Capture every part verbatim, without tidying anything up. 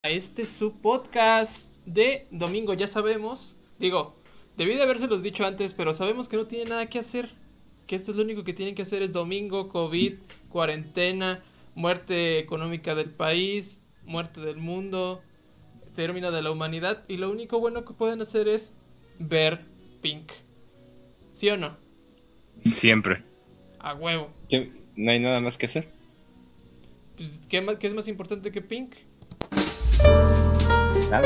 A este su podcast de domingo, ya sabemos, digo, debí de habérselos dicho antes, pero sabemos que no tienen nada que hacer, que esto es lo único que tienen que hacer es domingo, COVID, cuarentena, muerte económica del país, muerte del mundo, término de la humanidad, y lo único bueno que pueden hacer es ver Pink, ¿sí o no? Siempre. A huevo. ¿Qué? ¿No hay nada más que hacer? Pues, ¿qué, más, ¿Qué es más importante que Pink? Nada.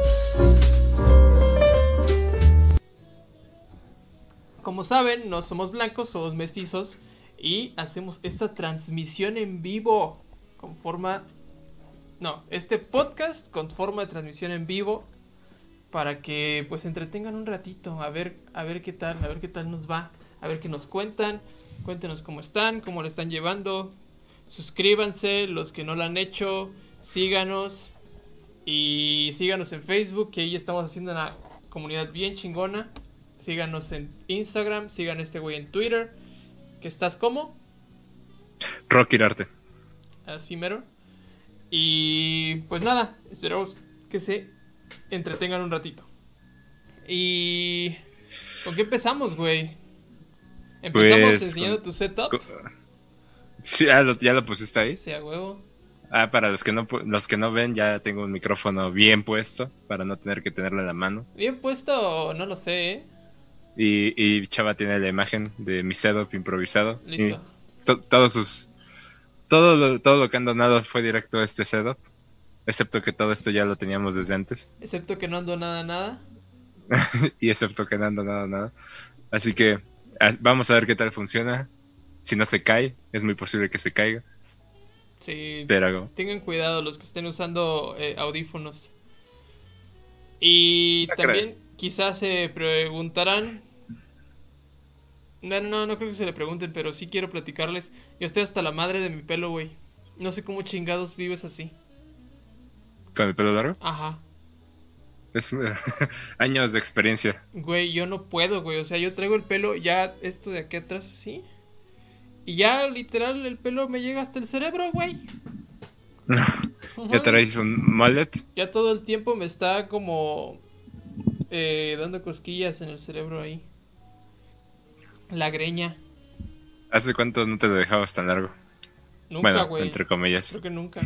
Como saben, no somos blancos, somos mestizos y hacemos esta transmisión en vivo con forma... No, este podcast con forma de transmisión en vivo para que pues entretengan un ratito, a ver, a ver qué tal, a ver qué tal nos va, a ver qué nos cuentan, cuéntenos cómo están, cómo le están llevando, suscríbanse, los que no lo han hecho, síganos y síganos en Facebook, que ahí estamos haciendo una comunidad bien chingona. Síganos en Instagram, sigan a este güey en Twitter. ¿Que estás como? Rocky Arte. Así mero. Y pues nada, esperamos que se entretengan un ratito. Y... ¿con qué empezamos, güey? ¿Empezamos Pues, enseñando con- tu setup? con- Sí, ya lo, ya lo pusiste ahí. Sí, a huevo. Ah, para los que no pu- los que no ven, ya tengo un micrófono bien puesto para no tener que tenerlo en la mano. Bien puesto, no lo sé, ¿eh? Y, y Chava tiene la imagen de mi setup improvisado. Listo. Y to- todos sus todo lo, todo lo que han donado fue directo a este setup, excepto que todo esto ya lo teníamos desde antes. Excepto que no ando nada, nada. Y excepto que no han donado nada. Así que as- vamos a ver qué tal funciona. Si no se cae, es muy posible que se caiga. Sí, Pero tengan cuidado los que estén usando eh, audífonos. Y no creo. también quizás se preguntarán... No, no, no creo que se le pregunten, pero sí quiero platicarles. Yo estoy hasta la madre de mi pelo, güey. No sé cómo chingados vives así. ¿Con el pelo largo? Ajá. Es años de experiencia. Güey, yo no puedo, güey. O sea, yo traigo el pelo ya esto de aquí atrás así. Y ya literal el pelo me llega hasta el cerebro, güey. ¿Ya traes un mullet? Ya todo el tiempo me está como eh, dando cosquillas en el cerebro ahí. La greña. ¿Hace cuánto no te lo dejabas tan largo? Nunca, Bueno, güey. entre comillas. Creo que nunca.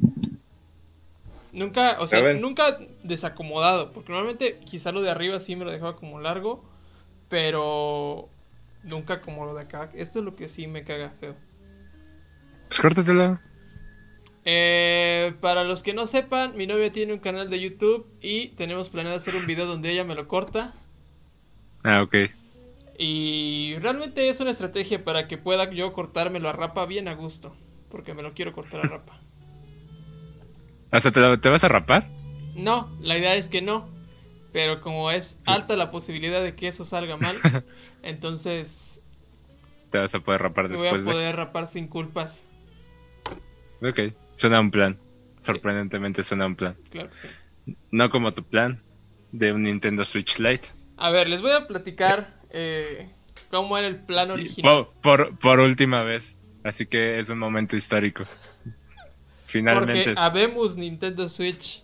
Nunca, o Pero sea, ven. nunca desacomodado. Porque normalmente quizá lo de arriba sí me lo dejaba como largo. Pero nunca como lo de acá. Esto es lo que sí me caga feo. Pues córtatelo. Eh, para los que no sepan, mi novia tiene un canal de YouTube y tenemos planeado hacer un video donde ella me lo corta. Ah, ok. Y realmente es una estrategia para que pueda yo cortármelo a rapa bien a gusto. Porque me lo quiero cortar a rapa. O sea, ¿te, lo- te vas a rapar? No, la idea es que no. Pero como es alta la posibilidad de que eso salga mal, entonces Te vas a poder rapar me voy a después de... poder rapar sin culpas. Ok, suena un plan. Sorprendentemente suena un plan. Claro que sí. No como tu plan de un Nintendo Switch Lite. A ver, les voy a platicar eh, cómo era el plan original. Por, por, por última vez. Así que es un momento histórico. Finalmente. Porque habemos Nintendo Switch.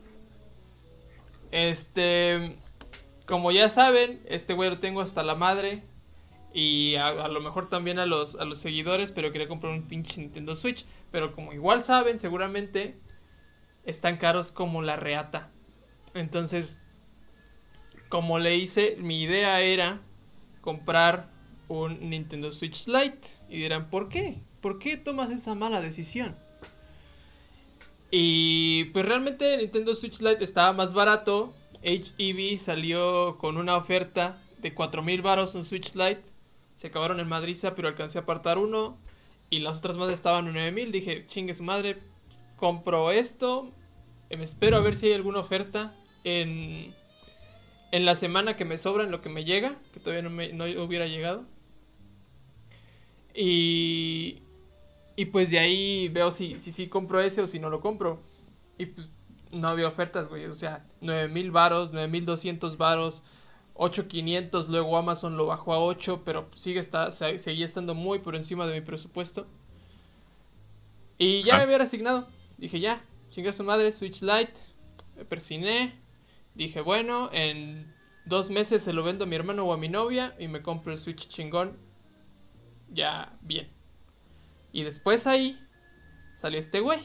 Este, como ya saben, este güey lo tengo hasta la madre. Y a, a lo mejor también a los, a los seguidores, pero quería comprar un pinche Nintendo Switch. Pero como igual saben, seguramente están caros como la reata. Entonces, como le hice, mi idea era comprar un Nintendo Switch Lite. Y dirán, ¿por qué? ¿Por qué tomas esa mala decisión? Y pues realmente Nintendo Switch Lite estaba más barato. H E B salió con una oferta de cuatro mil baros un Switch Lite. Se acabaron en Madriza, pero alcancé a apartar uno. Y las otras más estaban en nueve mil. Dije, chingue su madre, compro esto. Me espero a ver si hay alguna oferta en, en la semana que me sobra, en lo que me llega. Que todavía no, me, no hubiera llegado. Y... Y pues de ahí veo si sí si, si compro ese o si no lo compro. Y pues no había ofertas, güey. O sea, nueve mil varos, nueve mil doscientos varos, ocho mil quinientos. Luego Amazon lo bajó a ocho, pero sigue está, seguía estando muy por encima de mi presupuesto. Y ya Ah, me había resignado. Dije, ya, Chinga su madre, Switch Lite. Me persiné. Dije, bueno, en dos meses se lo vendo a mi hermano o a mi novia y me compro el Switch chingón. Ya, bien. Y después ahí salió este güey.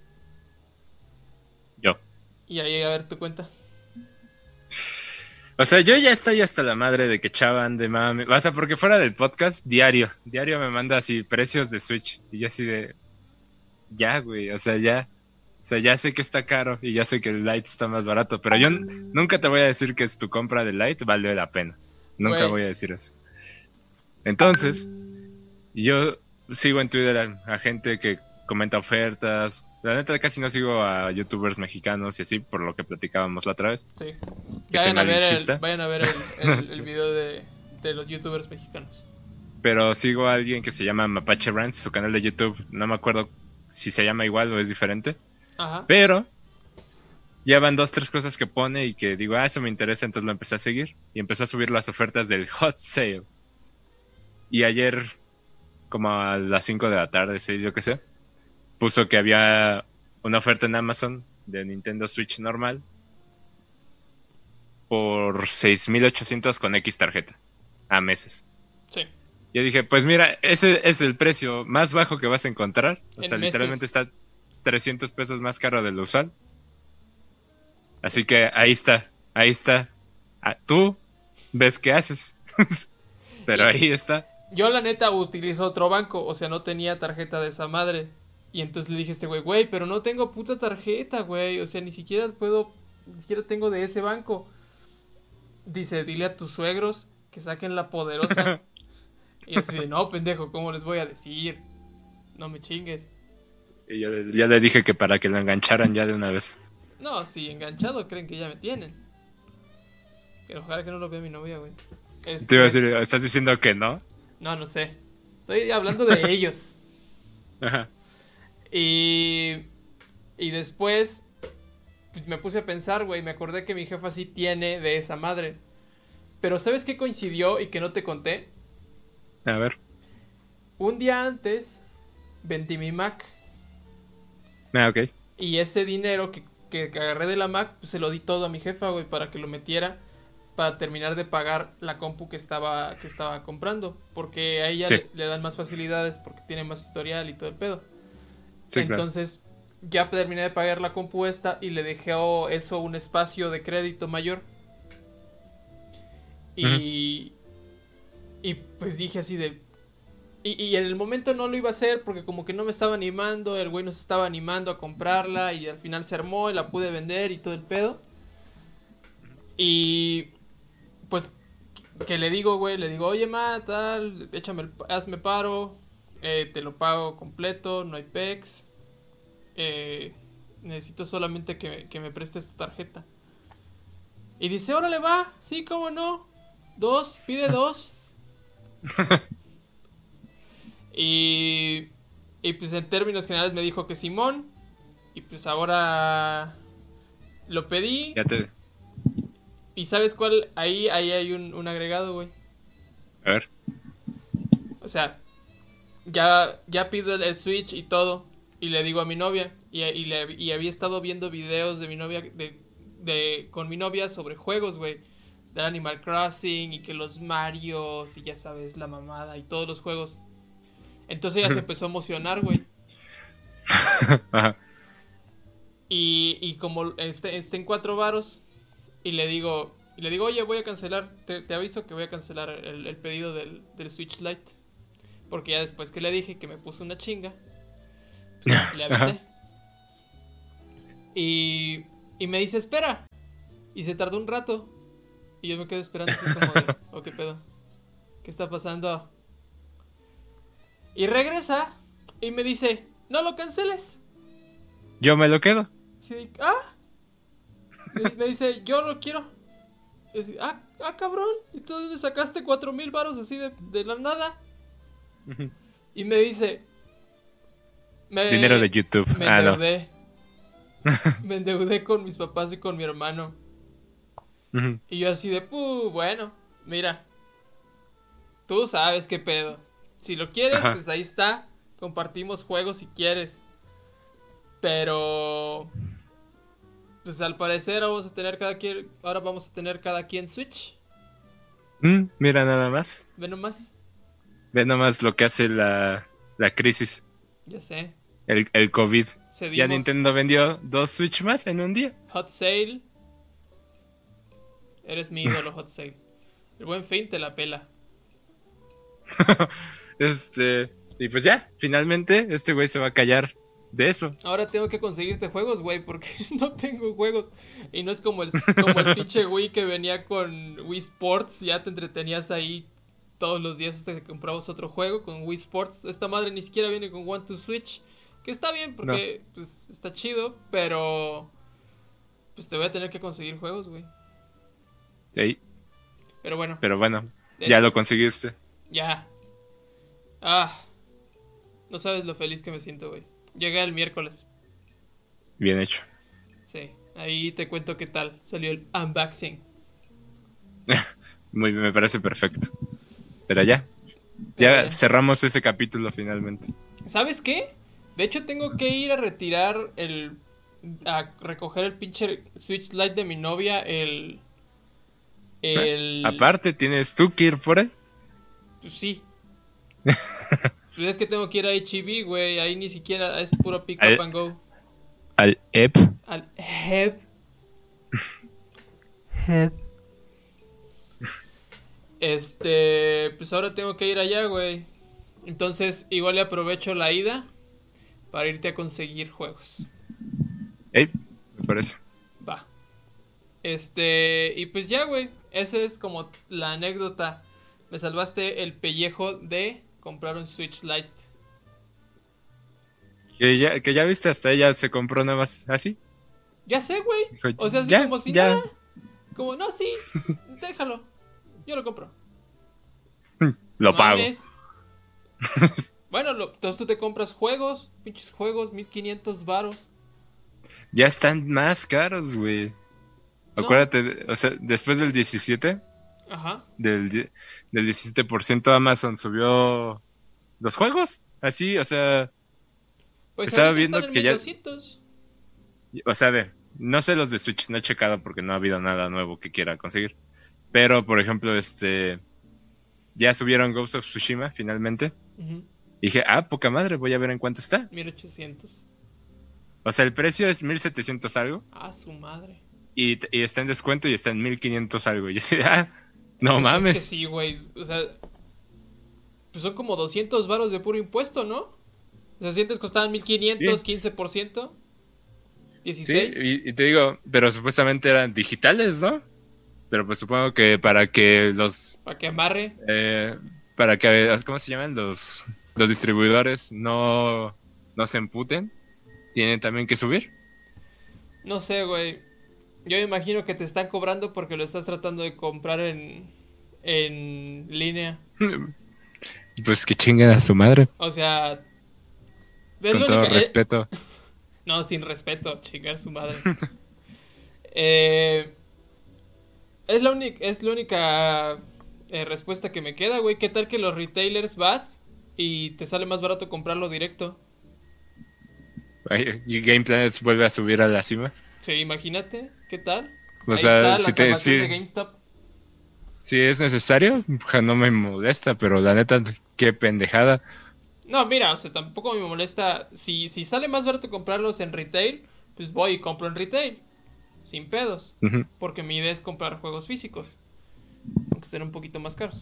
Yo. Y ahí a ver tu cuenta. O sea, yo ya estoy hasta la madre de que chavan de mame. O sea, porque fuera del podcast, diario. Diario me manda así precios de Switch. Y yo así de... Ya, güey. O sea, ya. O sea, ya sé que está caro y ya sé que el Lite está más barato. Pero yo n- nunca te voy a decir que es tu compra del Lite valió la pena. Nunca Güey. voy a decir eso. Entonces, yo sigo en Twitter a, a gente que comenta ofertas. La neta casi no sigo a youtubers mexicanos y así, por lo que platicábamos la otra vez. Sí. Que se Vayan a ver el, malinchista. vayan a ver el, el, el video de, de los youtubers mexicanos. Pero sigo a alguien que se llama Mapache Rants, su canal de YouTube. No me acuerdo si se llama igual o es diferente. Ajá. Pero ya van dos, tres cosas que pone y que digo, ah, eso me interesa, entonces lo empecé a seguir. Y empezó a subir las ofertas del Hot Sale. Y ayer, como a las cinco de la tarde, seis, yo qué sé, puso que había una oferta en Amazon de Nintendo Switch normal por seis mil ochocientos con X tarjeta a meses. Sí. Yo dije, pues mira, ese es el precio más bajo que vas a encontrar. O En sea, meses. literalmente está trescientos pesos más caro de lo usual. Así que ahí está, ahí está. Ah, tú ves qué haces. Pero Y- ahí está. Yo la neta utilizo otro banco, o sea, no tenía tarjeta de esa madre. Y entonces le dije a este güey, güey, pero no tengo puta tarjeta, güey. O sea, ni siquiera puedo, ni siquiera tengo de ese banco. Dice, dile a tus suegros que saquen la poderosa. Y así de, no, pendejo, ¿cómo les voy a decir? No me chingues. Y yo le- ya le dije que para que lo engancharan ya de una vez. No, si enganchado creen que ya me tienen. Pero ojalá que no lo vea mi novia, güey. Este, Te iba a decir, ¿estás diciendo que no? No, no sé. Estoy hablando de ellos. Ajá. Y, y después pues, me puse a pensar, güey, me acordé que mi jefa sí tiene de esa madre. Pero ¿sabes qué coincidió y que no te conté? A ver. Un día antes vendí mi Mac Ah, ok. y ese dinero que, que, que agarré de la Mac pues, se lo di todo a mi jefa, güey, para que lo metiera para terminar de pagar la compu que estaba, que estaba comprando. Porque a ella Sí. le, le dan más facilidades porque tiene más historial y todo el pedo. Sí, claro. Entonces, ya terminé de pagar la compu esta y le dejé oh, eso un espacio de crédito mayor. Y, y pues dije así de... Y, y en el momento no lo iba a hacer porque como que no me estaba animando, el güey no se estaba animando a comprarla y al final se armó y la pude vender y todo el pedo. Y pues que le digo, güey, le digo, oye, ma, tal, échame el, hazme paro, eh, te lo pago completo, no hay pex. Eh, necesito solamente que, me- que me prestes tu tarjeta. Y dice, órale, va, sí, cómo no. Dos, pide dos. y, y pues en términos generales me dijo que Simón. Y pues ahora lo pedí. Ya te... Y ¿sabes cuál? Ahí, ahí hay un, un agregado, güey. A ver. O sea, ya, ya pido el, el Switch y todo. Y le digo a mi novia. Y, y, le, y había estado viendo videos de mi novia. De, de, con mi novia sobre juegos, güey. Del Animal Crossing. Y que los Marios. Y ya sabes, la mamada. Y todos los juegos. Entonces ella se empezó a emocionar, güey. Ajá. Y, y como este, este en cuatro varos. Y le digo. Y le digo, oye, voy a cancelar. Te, te aviso que voy a cancelar el, el pedido del, del Switch Lite. Porque ya después que le dije que me puso una chinga. Pues, le avisé. Ajá. Y, y me dice, espera. Y se tardó un rato. Y yo me quedo esperando así como de, oh, qué pedo. ¿Qué está pasando? Y regresa. Y me dice, no lo canceles. Yo me lo quedo. Así de, ah. Me, me dice, yo lo quiero. Y así, ah, ah, cabrón. ¿Y tú de dónde sacaste cuatro mil varos así de, de la nada? Y me dice... me- Dinero de YouTube. Me Ah, no. endeudé. Me endeudé con mis papás y con mi hermano. Ujú. Y yo así de, puh, bueno, mira. Tú sabes qué pedo. Si lo quieres, Ajá. pues ahí está. Compartimos juegos si quieres. Pero pues al parecer vamos a tener cada quien, ahora vamos a tener cada quien Switch. Mm, mira nada más. Ve nomás. Ve nomás lo que hace la, la crisis. Ya sé. El, el COVID. Cedimos. Ya Nintendo vendió dos Switch más en un día. Hot Sale. Eres mi ídolo, Hot Sale. El buen fin te la pela. este. Y pues ya, finalmente este güey se va a callar de eso. Ahora tengo que conseguirte juegos, güey, porque no tengo juegos. Y no es como el, como el pinche Wii que venía con Wii Sports. Ya te entretenías ahí todos los días hasta que comprabas otro juego con Wii Sports. Esta madre ni siquiera viene con One to Switch. Que está bien porque no. pues, está chido, pero pues te voy a tener que conseguir juegos, güey. Sí. Pero bueno. Pero bueno, ya lo conseguiste. Ya. Ah. No sabes lo feliz que me siento, güey. Llegué el miércoles. Bien hecho. Sí. Ahí te cuento qué tal salió el unboxing. Muy bien, me parece perfecto. Pero ya. Pero ya, ya cerramos ese capítulo finalmente. ¿Sabes qué? De hecho tengo que ir a retirar el... a recoger el pinche Switch Lite de mi novia, el... el... Aparte, ¿tienes tú que ir por ahí? Pues sí. Pues es que tengo que ir a H E B, güey. Ahí ni siquiera es puro pick up and go. Al E P. Al E P. E P. Este... Pues ahora tengo que ir allá, güey. Entonces igual le aprovecho la ida para irte a conseguir juegos. Ey, me parece. Va. Este... Y pues ya, güey. Esa es como la anécdota. Me salvaste el pellejo de comprar un Switch Lite. Que ya, que ya viste, hasta ella se compró nada más así. Ya sé, güey. O sea, así ya, como si ya. nada. Como, no, sí, déjalo. Yo lo compro. Lo No pago. mames. Bueno, lo, entonces tú te compras juegos, pinches juegos, mil quinientos varos. Ya están más caros, güey. No. Acuérdate, o sea, después del diecisiete, Ajá. del, die- del diecisiete por ciento Amazon subió los juegos. Así, o sea, Pues estaba ahorita viendo están en que ya- mil doscientos. o sea, ve, no sé los de Switch, no he checado porque no ha habido nada nuevo que quiera conseguir. Pero, por ejemplo, este, ya subieron Ghost of Tsushima finalmente. Ujú. Y dije, ah, poca madre, voy a ver en cuánto está. mil ochocientos. O sea, el precio es mil setecientos algo. Ah, su madre. Y, y está en descuento y está en mil quinientos algo. Y yo así, ah, no Pues mames. Es que sí, güey. O sea, pues son como doscientos varos de puro impuesto, ¿no? O sea, si antes costaban mil quinientos, Sí. quince por ciento. Sí, dieciséis. y, y te digo, pero supuestamente eran digitales, ¿no? Pero pues supongo que para que los, Para que amarre. eh, para que, ¿cómo se llaman? Los, los distribuidores no, no se emputen, tienen también que subir. No sé, güey. Yo me imagino que te están cobrando porque lo estás tratando de comprar en, en línea. Pues que chinguen a su madre, O sea... es con lo todo único- eh, respeto. No, sin respeto, chingar su madre. eh, es la única, es la única eh, respuesta que me queda, güey. ¿Qué tal que los retailers vas y te sale más barato comprarlo directo? Ay, y Game Planet vuelve a subir a la cima. Sí, imagínate, ¿qué tal? O Ahí sea, está si la te- salvación sí. de GameStop. Si es necesario, ja, no me molesta, pero la neta, qué pendejada. No, mira, o sea, tampoco me molesta. Si, si sale más barato comprarlos en retail, pues voy y compro en retail. Sin pedos. Ujú. Porque mi idea es comprar juegos físicos. Aunque serán un poquito más caros.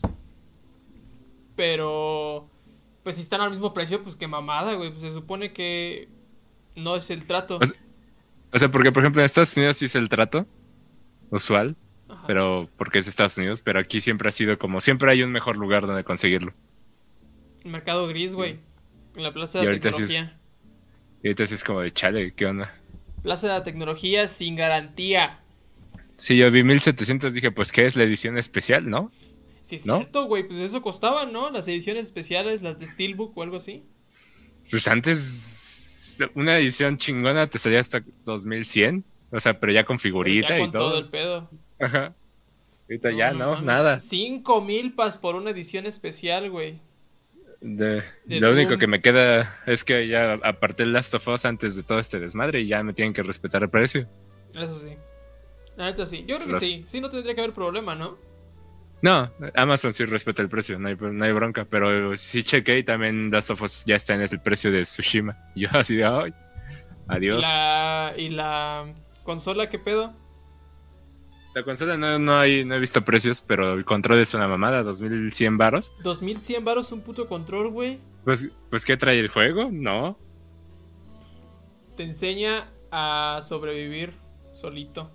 Pero... Pues si están al mismo precio, pues qué mamada, güey. Pues se supone que no es el trato. O sea, O sea, porque por ejemplo en Estados Unidos sí es el trato usual, Ajá. pero porque es Estados Unidos, pero aquí siempre ha sido como, siempre hay un mejor lugar donde conseguirlo. El mercado gris, güey. En la Plaza Y de la ahorita sí es- Tecnología. Y ahorita sí es como de chale, ¿qué onda? Plaza de la Tecnología sin garantía. Sí, yo vi mil setecientos, dije, pues ¿qué es la edición especial, no? Sí, es ¿No? cierto, güey. Pues eso costaban, ¿no? Las ediciones especiales, las de Steelbook o algo así. Pues antes una edición chingona te salía hasta dos mil cien, o sea, pero ya con Pero figurita ya y con todo. todo. el pedo. Ajá. Ahorita ya, no, mames. nada. Cinco milpas por una edición especial, güey. De, De lo único Doom. que me queda es que ya aparté el Last of Us antes de todo este desmadre y ya me tienen que respetar el precio. Eso sí. La neta sí. Yo creo que Los- sí. Sí, no tendría que haber problema, ¿no? No, Amazon sí respeta el precio, no hay, no hay bronca, pero sí chequé y también Last of Us ya está en el precio de Tsushima. Y yo así de, ay, ¿Y adiós. la, y la consola qué pedo? La consola no, no, hay, no he visto precios, pero el control es una mamada, dos mil cien varos. dos mil cien varos un puto control, güey. Pues, pues, ¿qué trae el juego? No. Te enseña a sobrevivir solito.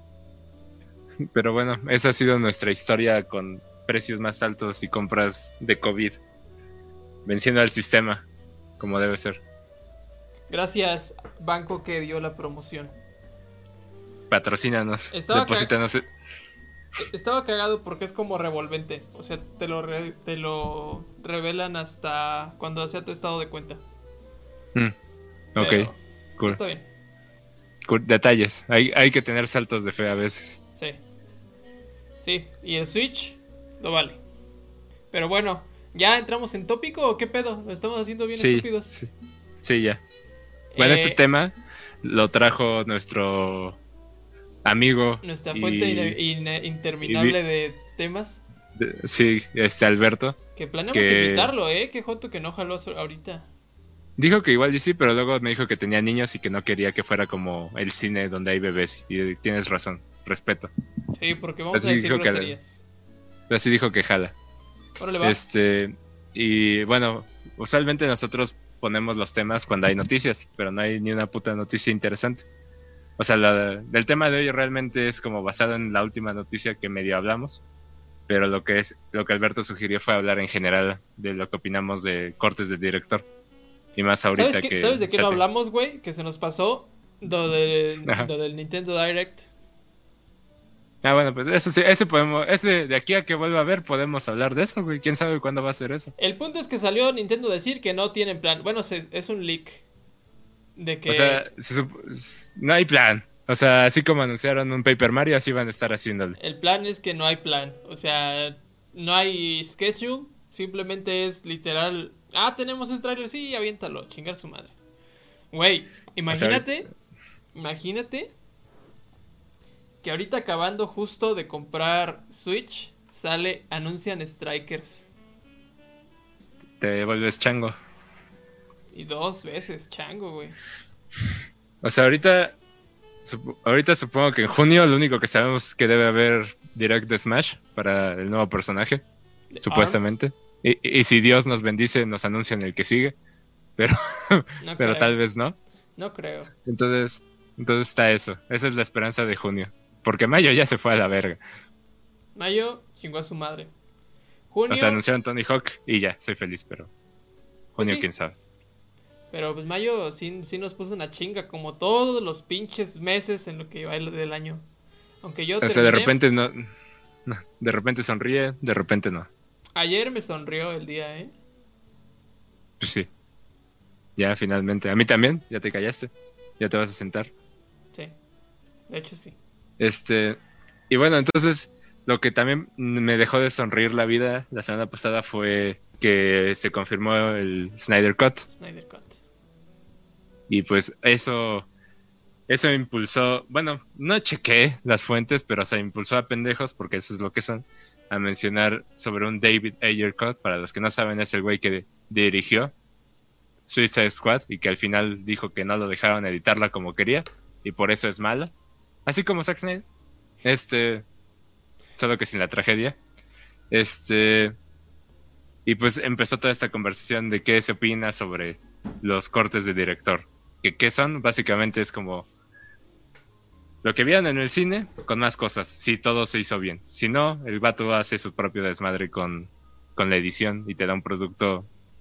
Pero bueno, esa ha sido nuestra historia con precios más altos y compras de COVID. Venciendo al sistema, como debe ser. Gracias, banco que dio la promoción. Patrocínanos, Estaba deposítanos. E- Estaba cagado porque es como revolvente. O sea, te lo, re- te lo revelan hasta cuando sea tu estado de cuenta. Mm, ok, Pero cool. está bien, Cool. Detalles, hay, hay que tener saltos de fe a veces. sí. Sí, y el Switch lo vale. Pero bueno, ¿ya entramos en tópico o qué pedo? Lo estamos haciendo bien Sí, estúpidos. sí, sí, ya. Bueno, Eh, este tema lo trajo nuestro amigo. Nuestra y- fuente ine- ine- interminable de temas. de- sí, este Alberto. Que planeamos que- invitarlo, ¿eh? Qué joto que no jaló ahorita. Dijo que igual y sí, pero luego me dijo que tenía niños y que no quería que fuera como el cine donde hay bebés. Y tienes razón, respeto. Sí, porque vamos Así a decir dijo que- groserías. Pero así dijo que jala. Órale, va. Este, y bueno, usualmente nosotros ponemos los temas cuando hay noticias, pero no hay ni una puta noticia interesante. O sea, la, del tema de hoy realmente es como basado en la última noticia que medio hablamos, pero lo que es lo que Alberto sugirió fue hablar en general de lo que opinamos de cortes del director. Y más ahorita ¿Sabes, qué- que... ¿Sabes de qué está no te- hablamos, güey? Que se nos pasó lo, de, Ajá. lo del Nintendo Direct. Ah, bueno, pues eso sí, ese podemos, ese de aquí a que vuelva a ver podemos hablar de eso, güey. ¿Quién sabe cuándo va a ser eso? El punto es que salió Nintendo a decir que no tienen plan. Bueno, se- es un leak. De que... O sea, se sup- s- no hay plan. O sea, así como anunciaron un Paper Mario, así van a estar haciéndole. El plan es que no hay plan. O sea, no hay schedule. Simplemente es literal. Ah, tenemos el trailer. Sí, aviéntalo. Chingar su madre. Güey, imagínate. Imagínate. Que ahorita acabando justo de comprar Switch. Sale, anuncian Strikers. Te vuelves chango. Y dos veces, chango, güey. O sea, ahorita, sup- ahorita supongo que en junio lo único que sabemos es que debe haber Direct de Smash para el nuevo personaje, De supuestamente. Y, y si Dios nos bendice, nos anuncian el que sigue, pero, Arms. No pero creo. tal vez no. No creo. Entonces, entonces está eso. Esa es la esperanza de junio. Porque mayo ya se fue a la verga. Mayo chingó a su madre. Junio. O sea, anunciaron Tony Hawk y ya, soy feliz, pero junio Pues sí. quién sabe. Pero pues mayo sí, sí nos puso una chinga, como todos los pinches meses en lo que va el- del año. Aunque yo O sea, de terminé- repente no, no, de repente sonríe, de repente no. Ayer me sonrió el día, ¿eh? Pues sí. Ya finalmente. A mí también, ya te callaste. Ya te vas a sentar. Sí. De hecho sí. Este, y bueno, entonces lo que también me dejó de sonreír la vida la semana pasada fue que se confirmó el Snyder Cut. Snyder Cut. Y pues eso, eso impulsó, bueno, no chequé las fuentes, pero se impulsó a pendejos, porque eso es lo que son, a mencionar sobre un David Ayer Cut. Para los que no saben, es el güey que dirigió Suicide Squad y que al final dijo que no lo dejaron editarla como quería y por eso es mala. Así como Zack Snyder. Este, solo que sin la tragedia. Este, y pues empezó toda esta conversación de qué se opina sobre los cortes de director. Que qué son, básicamente es como lo que vieron en el cine con más cosas, si todo se hizo bien. Si no, el vato hace su propio desmadre con, con la edición y te da un producto.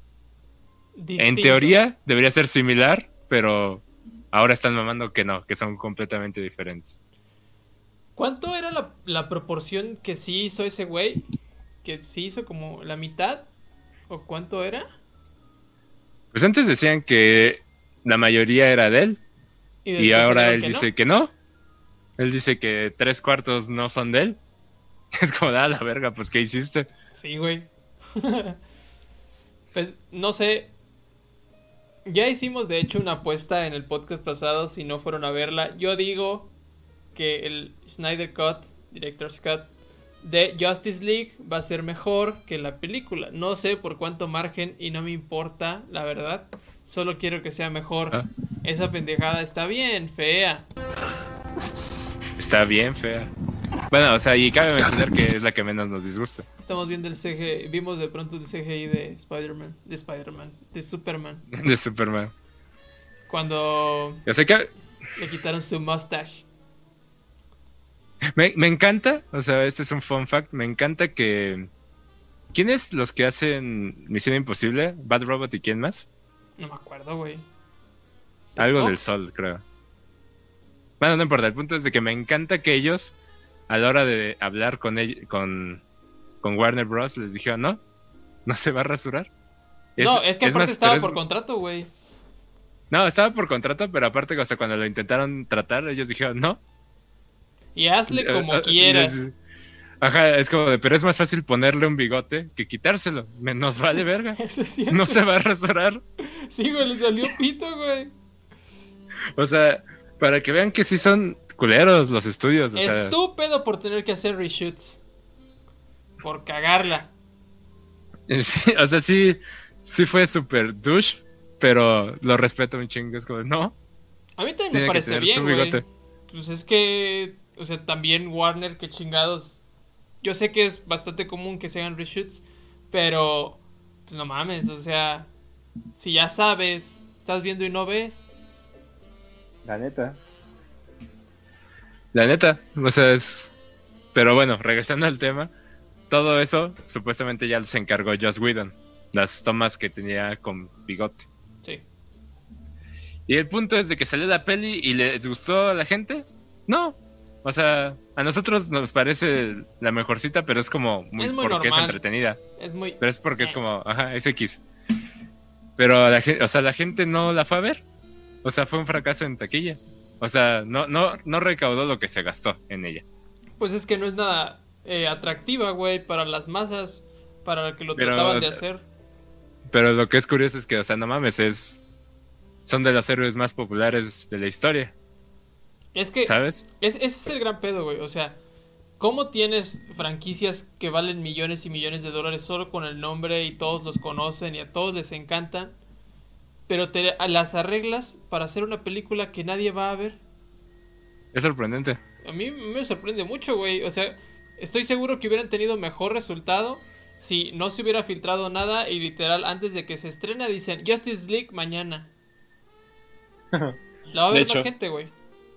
En Distinto. teoría debería ser similar, pero ahora están mamando que no, que son completamente diferentes. ¿Cuánto era la, la proporción que sí hizo ese güey? ¿Que sí hizo como la mitad? ¿O cuánto era? Pues antes decían que la mayoría era de él y después ahora dijeron él que dice que no. Él dice que tres cuartos no son de él. Es como, ah, la verga, pues ¿qué hiciste? Sí, güey. Pues no sé. Ya hicimos de hecho una apuesta en el podcast pasado, si no fueron a verla. Yo digo que el Snyder Cut, Director's Cut de Justice League va a ser mejor que la película. No sé por cuánto margen y no me importa, la verdad. Solo quiero que sea mejor. ¿Ah? Esa pendejada está bien fea. Está bien fea. Bueno, o sea, y cabe mencionar que es la que menos nos disgusta. Estamos viendo el C G I, vimos de pronto el C G I de Spider-Man, de Spider-Man, de Superman. De Superman. Cuando O sea que le quitaron su mustache. me, me encanta, o sea, este es un fun fact, me encanta que... ¿Quiénes los que hacen Misión Imposible? Bad Robot y quién más? No me acuerdo, güey. Algo ¿No? del Sol, creo. Bueno, no importa, el punto es de que me encanta que ellos, a la hora de hablar con ell- con, con Warner Bros, les dijeron, no, no se va a rasurar. No, es que aparte más, estaba pero es- por contrato, güey. No, estaba por contrato, pero aparte, o sea, cuando lo intentaron tratar, ellos dijeron, no. Y hazle como Eh, eh, quieras. les- Ajá, es como de, pero es más fácil ponerle un bigote que quitárselo. Me- Nos vale verga. Eso es cierto. No se va a rasurar. Sí, güey, le salió pito, güey. O sea, para que vean que sí son culeros los estudios. O sea, Estúpido por tener que hacer reshoots. Por cagarla. sí, o sea, sí, sí fue súper douche, pero lo respeto un chingo. Es como, no, A mí también tiene me que parece tener bien, su güey. bigote. Pues es que, o sea, también Warner, que chingados. Yo sé que es bastante común que se hagan reshoots, pero, pues no mames, o sea, si ya sabes, estás viendo y no ves. La neta. La neta, o sea, es... Pero bueno, regresando al tema, todo eso supuestamente ya se encargó Joss Whedon. Las tomas que tenía con bigote. Sí. Y el punto es de que salió la peli y les gustó a la gente. No. O sea, a nosotros nos parece la mejorcita, pero es como muy, Es muy porque es normal. entretenida. Es muy... Pero es porque es Eh. como, ajá, es X. Pero la gente, o sea, la gente no la fue a ver. O sea, fue un fracaso en taquilla. O sea, no, no, no recaudó lo que se gastó en ella. Pues es que no es nada eh, atractiva, güey, para las masas, para lo que lo Pero, trataban o de sea, hacer. Pero lo que es curioso es que, o sea, no mames, es... Son de los héroes más populares de la historia, Es que ¿sabes? es, ese es el gran pedo, güey. O sea, ¿cómo tienes franquicias que valen millones y millones de dólares solo con el nombre y todos los conocen y a todos les encantan? Pero te las arreglas para hacer una película que nadie va a ver. Es sorprendente. A mí me sorprende mucho, güey. O sea, estoy seguro que hubieran tenido mejor resultado si no se hubiera filtrado nada y literal antes de que se estrena dicen Justice League mañana. La va a De ver más hecho. gente, güey.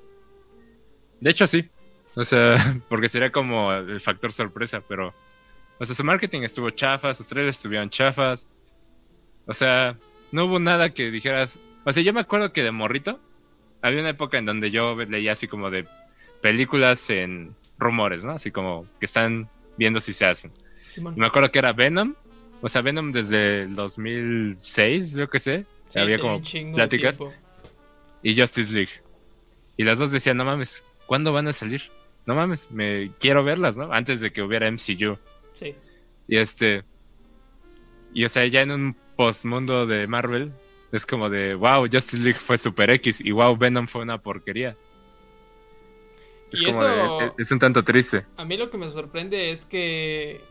De hecho, sí. O sea, porque sería como el factor sorpresa, pero... O sea, su marketing estuvo chafa, sus trailers estuvieron chafas. O sea, no hubo nada que dijeras... O sea, yo me acuerdo que de morrito había una época en donde yo leía así como de películas en rumores, ¿no? Así como que están viendo si se hacen. Simón. Y me acuerdo que era Venom. O sea, Venom desde el dos mil seis, yo qué sé. Sí, había tenía como un chingo de pláticas. tiempo. Y Justice League. Y las dos decían, no mames, ¿cuándo van a salir? No mames, me quiero verlas, ¿no? Antes de que hubiera M C U. Sí. Y este... Y o sea, ya en un postmundo de Marvel, es como de, wow, Justice League fue super X y wow, Venom fue una porquería. Es Y como eso- de, es- es un tanto triste. A mí lo que me sorprende es que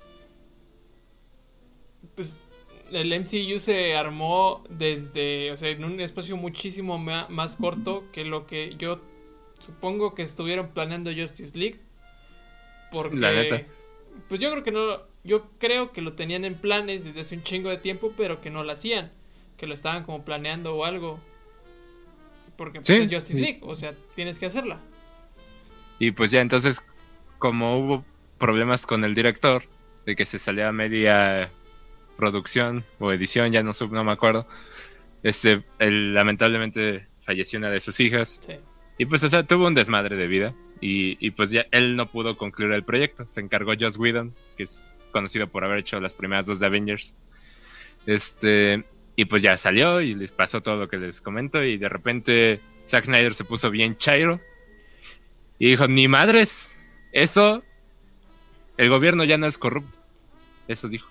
pues el M C U se armó desde, o sea, en un espacio muchísimo ma- más corto que lo que yo supongo que estuvieron planeando Justice League. Porque La neta. pues yo creo que no, yo creo que lo tenían en planes desde hace un chingo de tiempo, pero que no lo hacían, que lo estaban como planeando o algo. Porque pues, Sí, es Justice sí. League, o sea, tienes que hacerla. Y pues ya, entonces, como hubo problemas con el director, de que se salía a media producción o edición, ya no, sub, no me acuerdo, este, él lamentablemente falleció una de sus hijas. Sí. Y pues, o sea, tuvo un desmadre de vida. Y, y pues ya él no pudo concluir el proyecto. Se encargó Joss Whedon, que es conocido por haber hecho las primeras dos de Avengers. Este, y pues ya salió y les pasó todo lo que les comento. Y de repente Zack Snyder se puso bien chairo. Y dijo, ni madres, eso, el gobierno ya no es corrupto. Eso dijo.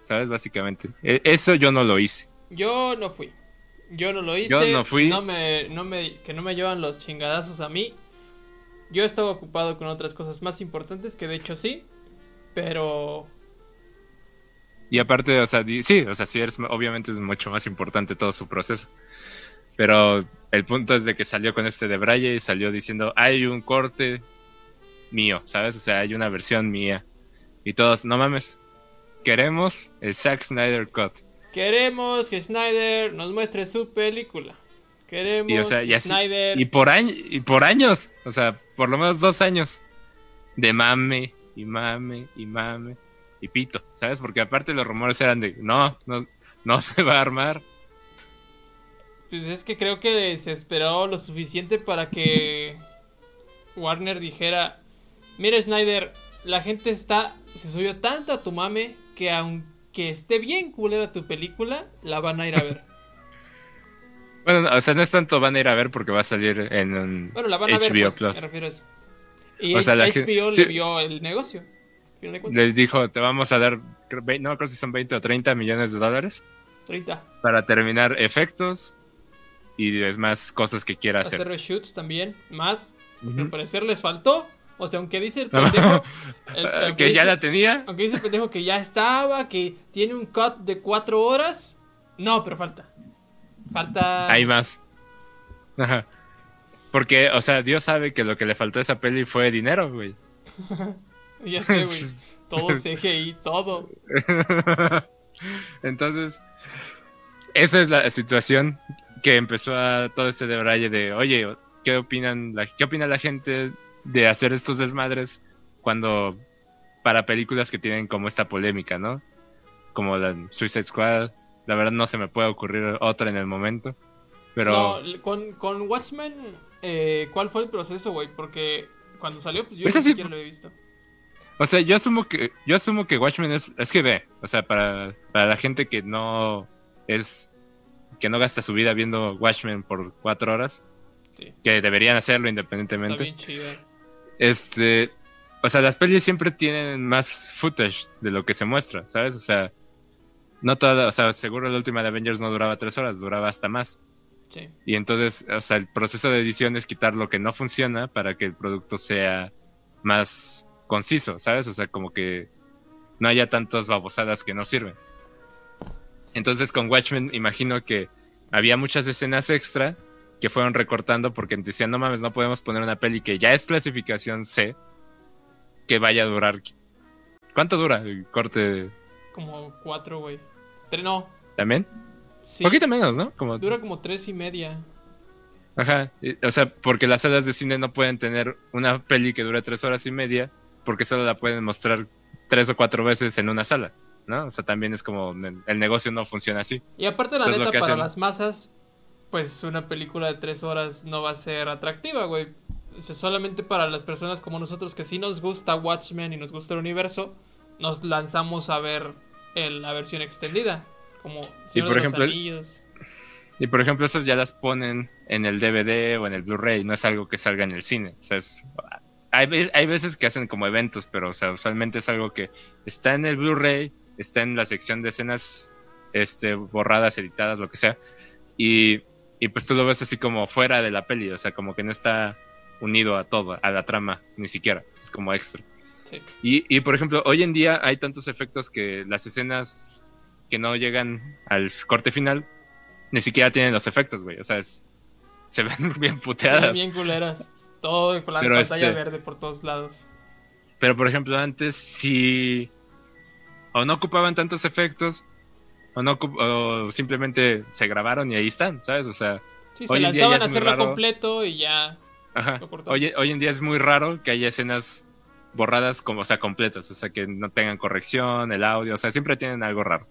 ¿sabes? Básicamente. E- eso yo no lo hice. Yo no fui. Yo no lo hice. Yo no fui. No me, no me, que no me llevan los chingadazos a mí. Yo estaba ocupado con otras cosas más importantes, que de hecho sí. Pero... Y aparte, o sea, di- sí, o sea, sí, eres, obviamente es mucho más importante todo su proceso. Pero el punto es de que salió con este de Braille y salió diciendo, hay un corte mío, ¿sabes? O sea, hay una versión mía. Y todos, no mames, queremos el Zack Snyder Cut. Queremos que Snyder nos muestre su película. Queremos Y, o sea, y que así- Snyder... Y por, año, y por años, o sea, por lo menos dos años de mame y mame y mame y pito, ¿sabes? Porque aparte los rumores eran de, no, no, no se va a armar. Pues es que creo que se esperó lo suficiente para que Warner dijera, mira Snyder, la gente está, se subió tanto a tu mame que aunque esté bien culera tu película, la van a ir a ver. Bueno, no, o sea, no es tanto van a ir a ver porque va a salir en un Bueno, la van a H ver, B O pues, Plus. me refiero a eso. Y O sea, la H B O gen- le sí. vio el negocio. al final de cuentas. Les dijo, te vamos a dar, creo, ve- no creo si son veinte o treinta millones de dólares treinta. para terminar efectos y demás cosas que quiera Hacer hacer. reshoots también, más. Porque Ujú. al parecer les faltó. O sea, aunque dice el pendejo... el- aunque que ya dice- la tenía. Aunque dice el pendejo que ya estaba, que tiene un cut de cuatro horas. No, pero falta. Falta... Hay más. Ajá. Porque, o sea, Dios sabe que lo que le faltó a esa peli fue dinero, güey. Ya sé, güey. Todo C G I, todo. Entonces, esa es la situación que empezó a todo este debraye de, oye, ¿qué opinan la, qué opina la gente de hacer estos desmadres cuando para películas que tienen como esta polémica, ¿no? Como la Suicide Squad, la verdad no se me puede ocurrir otra en el momento, pero No, con, con Watchmen, eh, ¿cuál fue el proceso, güey? Porque cuando salió, pues yo Pues ni así- siquiera lo había visto. o sea, yo asumo que yo asumo que Watchmen es es que ve, o sea, para para la gente que no es que no gasta su vida viendo Watchmen por cuatro horas, Sí, que deberían hacerlo está independientemente. bien chido. Este, o sea, las pelis siempre tienen más footage de lo que se muestra, ¿sabes? O sea, no toda, o sea, seguro la última de Avengers no duraba tres horas, duraba hasta más. Sí. Y entonces, o sea, el proceso de edición es quitar lo que no funciona para que el producto sea más conciso, ¿sabes? O sea, como que no haya tantas babosadas que no sirven. Entonces, con Watchmen, imagino que había muchas escenas extra que fueron recortando porque decían, no mames, no podemos poner una peli que ya es clasificación C que vaya a durar. ¿Cuánto dura el corte Como cuatro, güey. Pero no. también? Sí, Poquito menos, ¿no? Como... dura como tres y media. Ajá, y- o sea, porque las salas de cine no pueden tener una peli que dure tres horas y media porque solo la pueden mostrar tres o cuatro veces en una sala, ¿no? O sea, también es como el negocio no funciona así. Y aparte, la Entonces, lo neta, que para hacen- las masas, pues una película de tres horas no va a ser atractiva, güey. O sea, solamente para las personas como nosotros que sí nos gusta Watchmen y nos gusta el universo, nos lanzamos a ver el- la versión extendida. Como Señor por de los ejemplo, el- Anillos. Y por ejemplo, esas ya las ponen en el D V D o en el Blu-ray, no es algo que salga en el cine. O sea, es, hay, ve- hay veces que hacen como eventos, pero o sea, usualmente es algo que está en el Blu-ray, está en la sección de escenas este, borradas, editadas, lo que sea. Y, y pues tú lo ves así como fuera de la peli, o sea, como que no está unido a todo, a la trama, ni siquiera. Es como extra. Sí. Y, y por ejemplo, hoy en día hay tantos efectos que las escenas que no llegan al corte final ni siquiera tienen los efectos, güey. O sea, es- se ven bien puteadas. Bien culeras. Todo con la Pero pantalla este- verde por todos lados. Pero por ejemplo, antes sí. O no ocupaban tantos efectos, o no ocup- o simplemente se grabaron y ahí están, ¿sabes? O sea, Sí, se hoy en día ya lanzaban es a muy hacerlo raro. completo y ya. ajá. Lo cortaron. Hoy, hoy en día es muy raro que haya escenas borradas como, o sea, completas, o sea, que no tengan corrección, el audio, o sea, siempre tienen algo raro.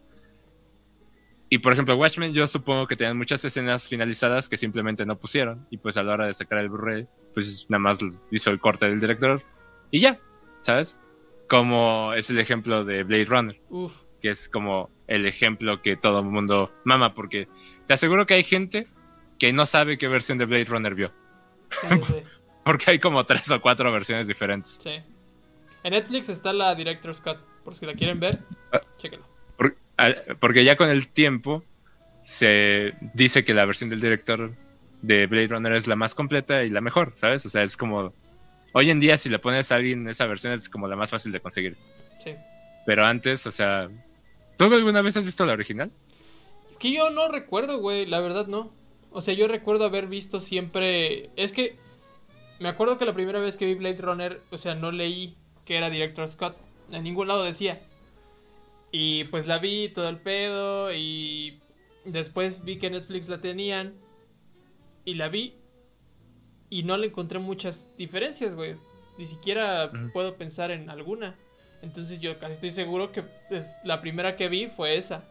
Y por ejemplo, Watchmen yo supongo que tenían muchas escenas finalizadas que simplemente no pusieron. Y pues a la hora de sacar el Blu-ray, pues nada más hizo el corte del director y ya, ¿sabes? Como es el ejemplo de Blade Runner, Uf. que es como el ejemplo que todo el mundo mama, porque te aseguro que hay gente que no sabe qué versión de Blade Runner vio, Sí, sí, sí. porque hay como tres o cuatro versiones diferentes. Sí. En Netflix está la Director's Cut. Por si la quieren ver, Ah. chéquenlo. Por- porque ya con el tiempo se dice que la versión del director de Blade Runner es la más completa y la mejor, ¿sabes? O sea, es como... Hoy en día, si le pones a alguien esa versión, es como la más fácil de conseguir. Sí. Pero antes, o sea... ¿Tú alguna vez has visto la original? Es que yo no recuerdo, güey, la verdad no. O sea, yo recuerdo haber visto siempre... Es que me acuerdo que la primera vez que vi Blade Runner, o sea, no leí que era Director Scott. En ningún lado decía. Y pues la vi, todo el pedo, y después vi que Netflix la tenían. Y la vi. Y no le encontré muchas diferencias, güey. Ni siquiera Ujú. puedo pensar en alguna. Entonces yo casi estoy seguro que es, la primera que vi fue esa.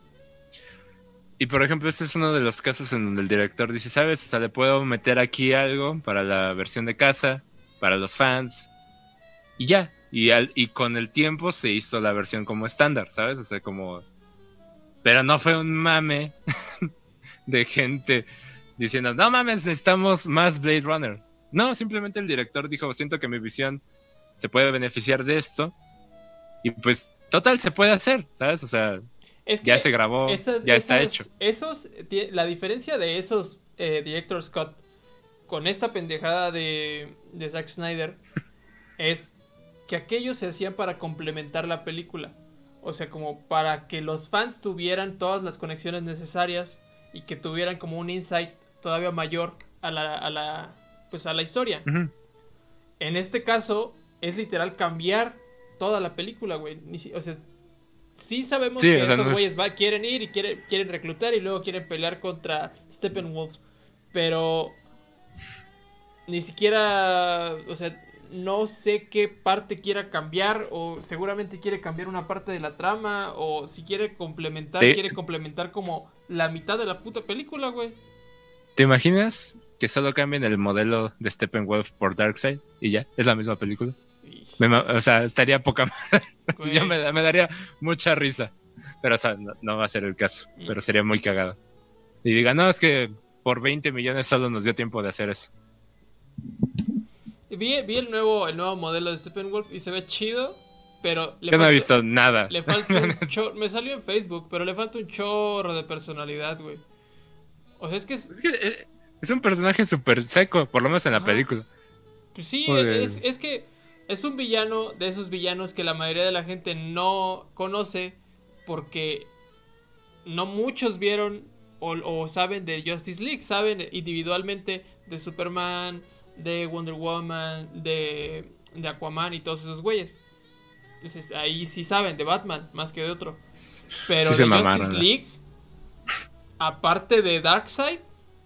Y por ejemplo, este es uno de los casos en donde el director dice, ¿sabes? O sea, le puedo meter aquí algo para la versión de casa, para los fans, y ya. Y, al, y con el tiempo se hizo la versión como estándar, ¿sabes? O sea, como... Pero no fue un mame de gente diciendo, no mames, necesitamos más Blade Runner. No, simplemente el director dijo, siento que mi visión se puede beneficiar de esto. Y pues, total, se puede hacer, ¿sabes? O sea, Es que ya se grabó, esas, ya está esas- hecho. Esos, ti- la diferencia de esos eh, Director Scott con esta pendejada de, de Zack Snyder es que aquellos se hacían para complementar la película. O sea, como para que los fans tuvieran todas las conexiones necesarias y que tuvieran como un insight todavía mayor a la, a la, pues a la historia. Ujú. En este caso, es literal cambiar toda la película, güey. Ni si- O sea, sí sabemos Sí, que o sea, estos no es... güeyes va- quieren ir y quieren, quieren reclutar y luego quieren pelear contra Steppenwolf. Pero ni siquiera, o sea, no sé qué parte quiera cambiar o seguramente quiere cambiar una parte de la trama o si quiere complementar, ¿Te, quiere complementar como la mitad de la puta película, güey. ¿Te imaginas que solo cambien el modelo de Steppenwolf por Darkseid y ya? Es la misma película. Y, Me ma- o sea, estaría poca madre. Sí, yo güey, me, me daría mucha risa. Pero, o sea, no, no va a ser el caso. Mm. Pero sería muy cagado. Y diga, no, es que por veinte millones solo nos dio tiempo de hacer eso. Vi, vi el nuevo el nuevo modelo de Steppenwolf y se ve chido, pero le Yo no he falta- visto nada. Le falta un chorro. Me salió en Facebook, pero le falta un chorro de personalidad, güey. O sea, es que. Es, Es que eh, es un personaje súper seco, por lo menos en la Ajá. película. pues sí, Porque- es, es que es un villano de esos villanos que la mayoría de la gente no conoce porque no muchos vieron o, o saben de Justice League. Saben individualmente de Superman, de Wonder Woman, de, de Aquaman y todos esos güeyes. Entonces ahí sí saben de Batman más que de otro. Pero Sí de se Justice mamaron, ¿no? League, aparte de Darkseid,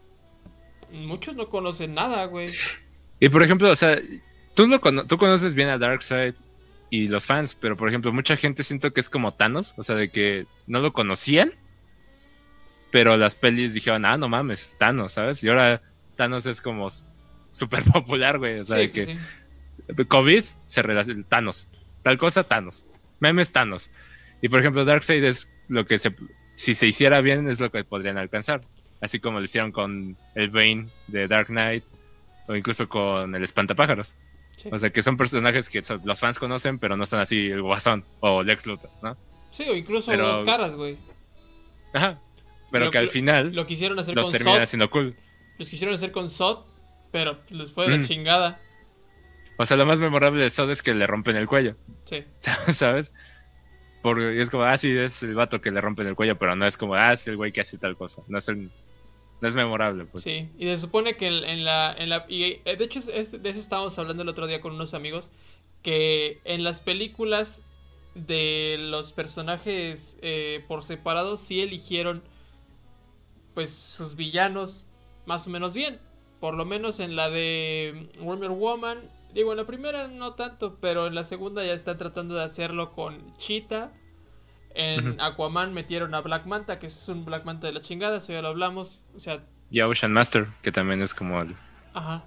muchos no conocen nada, güey. Y por ejemplo, o sea, tú, lo cono- tú conoces bien a Darkseid y los fans, pero por ejemplo, mucha gente siento que es como Thanos, o sea, de que no lo conocían, pero las pelis dijeron, ah, no mames, Thanos, ¿sabes? Y ahora Thanos es como s- súper popular, güey, o sea, Sí, de que sí. COVID se relaciona, Thanos, tal cosa, Thanos, memes, Thanos. Y por ejemplo, Darkseid es lo que se, si se hiciera bien, es lo que podrían alcanzar. Así como lo hicieron con el Bane de Dark Knight, o incluso con el Espantapájaros. Sí. O sea, que son personajes que son- los fans conocen, pero no son así el Guasón o Lex Luthor, ¿no? Sí, o incluso Pero- dos caras, güey. Ajá. Pero Lo- que al lo- final Lo quisieron hacer los con terminan Zod. haciendo cool. Los quisieron hacer con Zod, pero les fue de la Mm. chingada. O sea, lo más memorable de Zod es que le rompen el cuello, Sí. ¿sabes? Porque es como, ah, sí, es el vato que le rompen el cuello, pero no es como, ah, es el güey que hace tal cosa. No es, el- no es memorable, pues. Sí, y se supone que en, en la, en la... Y eh, de hecho, es- de eso estábamos hablando el otro día con unos amigos, que en las películas de los personajes eh, por separado sí eligieron pues sus villanos más o menos bien. Por lo menos en la de Wonder Woman, digo, en la primera no tanto, pero en la segunda ya están tratando de hacerlo con Cheetah. En Ujú. Aquaman metieron a Black Manta, que es un Black Manta de la chingada, eso ya lo hablamos. O sea, Y a Ocean Master, que también es como el... ajá.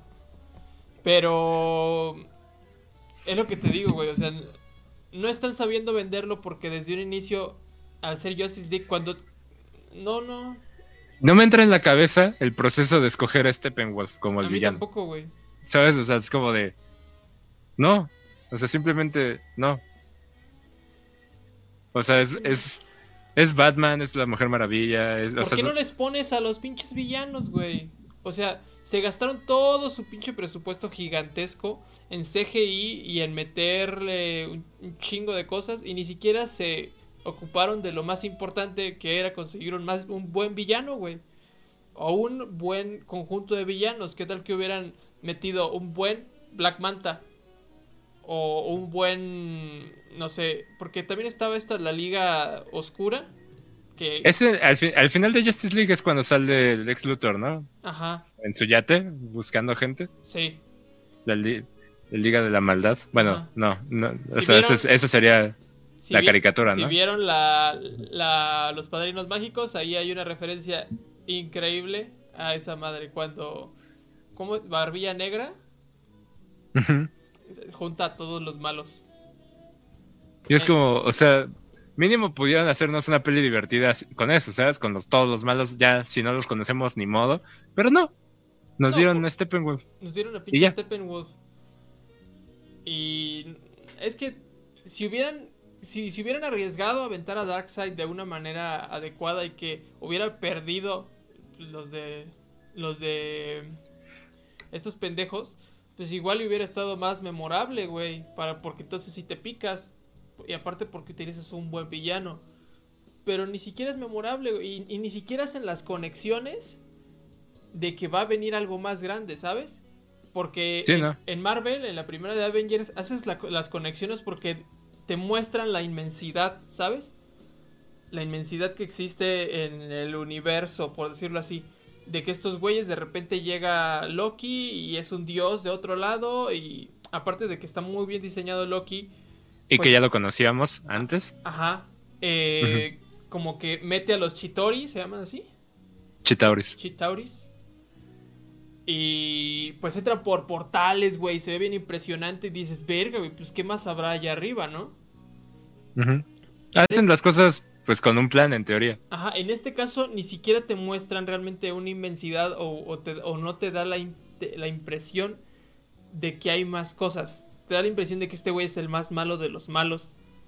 Pero es lo que te digo, güey. O sea, no están sabiendo venderlo porque desde un inicio, al ser Justice League, cuando... No, no. No me entra en la cabeza el proceso de escoger a Steppenwolf como el A mí villano. tampoco, güey. ¿Sabes? O sea, es como de... No. O sea, simplemente no. O sea, es, es Es Batman, es la Mujer Maravilla. Es, o ¿Por sea, qué no so- les pones a los pinches villanos, güey? O sea, se gastaron todo su pinche presupuesto gigantesco en C G I y en meterle un, un chingo de cosas y ni siquiera se ocuparon de lo más importante que era conseguir un, más, un buen villano, güey. O un buen conjunto de villanos. ¿Qué tal que hubieran metido un buen Black Manta? O un buen... No sé, porque también estaba esta, la Liga Oscura. Que... ese, al, fi- al final de Justice League es cuando sale el Lex Luthor, ¿no? Ajá, En su yate, buscando gente. sí. La, li- la Liga de la Maldad. Bueno, Ajá. no, no. O Si sea, esa vieron- es- esa sería Si la vi- caricatura, si ¿no? vieron la, la- los Padrinos Mágicos, ahí hay una referencia increíble a esa madre. Cuando... ¿Cómo? Barbilla Negra Ujú. junta a todos los malos. Y es Eh, como, o sea, mínimo pudieran hacernos una peli divertida así- con eso, ¿sabes? Con los, todos los malos, ya si no los conocemos ni modo. Pero no, nos No, dieron po- a Steppenwolf. Nos dieron a Y pinche ya. Steppenwolf. Y es que si hubieran si, si hubieran arriesgado a aventar a Darkseid de una manera adecuada y que hubiera perdido los de los de estos pendejos, pues igual hubiera estado más memorable, güey, para porque entonces si te picas y aparte porque utilizas un buen villano, pero ni siquiera es memorable, güey, y, y ni siquiera hacen las conexiones de que va a venir algo más grande, ¿sabes? Porque Sí, en, ¿no? en Marvel, en la primera de Avengers, haces la- las conexiones porque te muestran la inmensidad, ¿sabes? La inmensidad que existe en el universo, por decirlo así. De que estos güeyes de repente llega Loki y es un dios de otro lado. Y aparte de que está muy bien diseñado Loki, Y pues, que ya lo conocíamos antes. ajá, eh, como que mete a los Chitauri, ¿se llaman así? Chitauris. Chitauris. Y pues entra por portales, güey. Se ve bien impresionante. Y dices, verga, güey, pues qué más habrá allá arriba, ¿no? Ujú. Hacen las cosas pues con un plan en teoría. Ajá, en este caso ni siquiera te muestran realmente una inmensidad o, o, te- o no te da la, in- te- la impresión de que hay más cosas. Te da la impresión de que este güey es el más malo de los malos.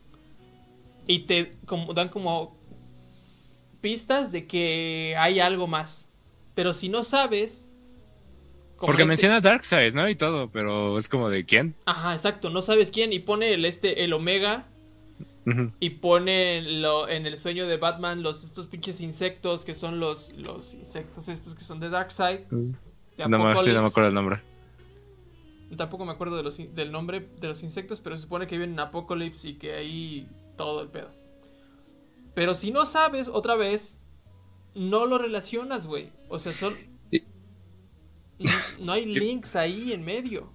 Y te como, dan como pistas de que hay algo más. Pero si no sabes... como Porque este- menciona Darkseid, ¿no? Y todo, pero es como de quién. Ajá, exacto, no sabes quién. Y pone el este, el Omega. Ujú. Y pone lo, en el sueño de Batman los estos pinches insectos que son los, los insectos estos que son de Darkseid. De No, me- sí, no me Apocalypse. acuerdo el nombre. Tampoco me acuerdo de los, in- del nombre de los insectos, pero se supone que viven en Apocalypse y que ahí todo el pedo. Pero si no sabes, otra vez, no lo relacionas, güey. O sea, son... Y- No, no hay links ahí en medio.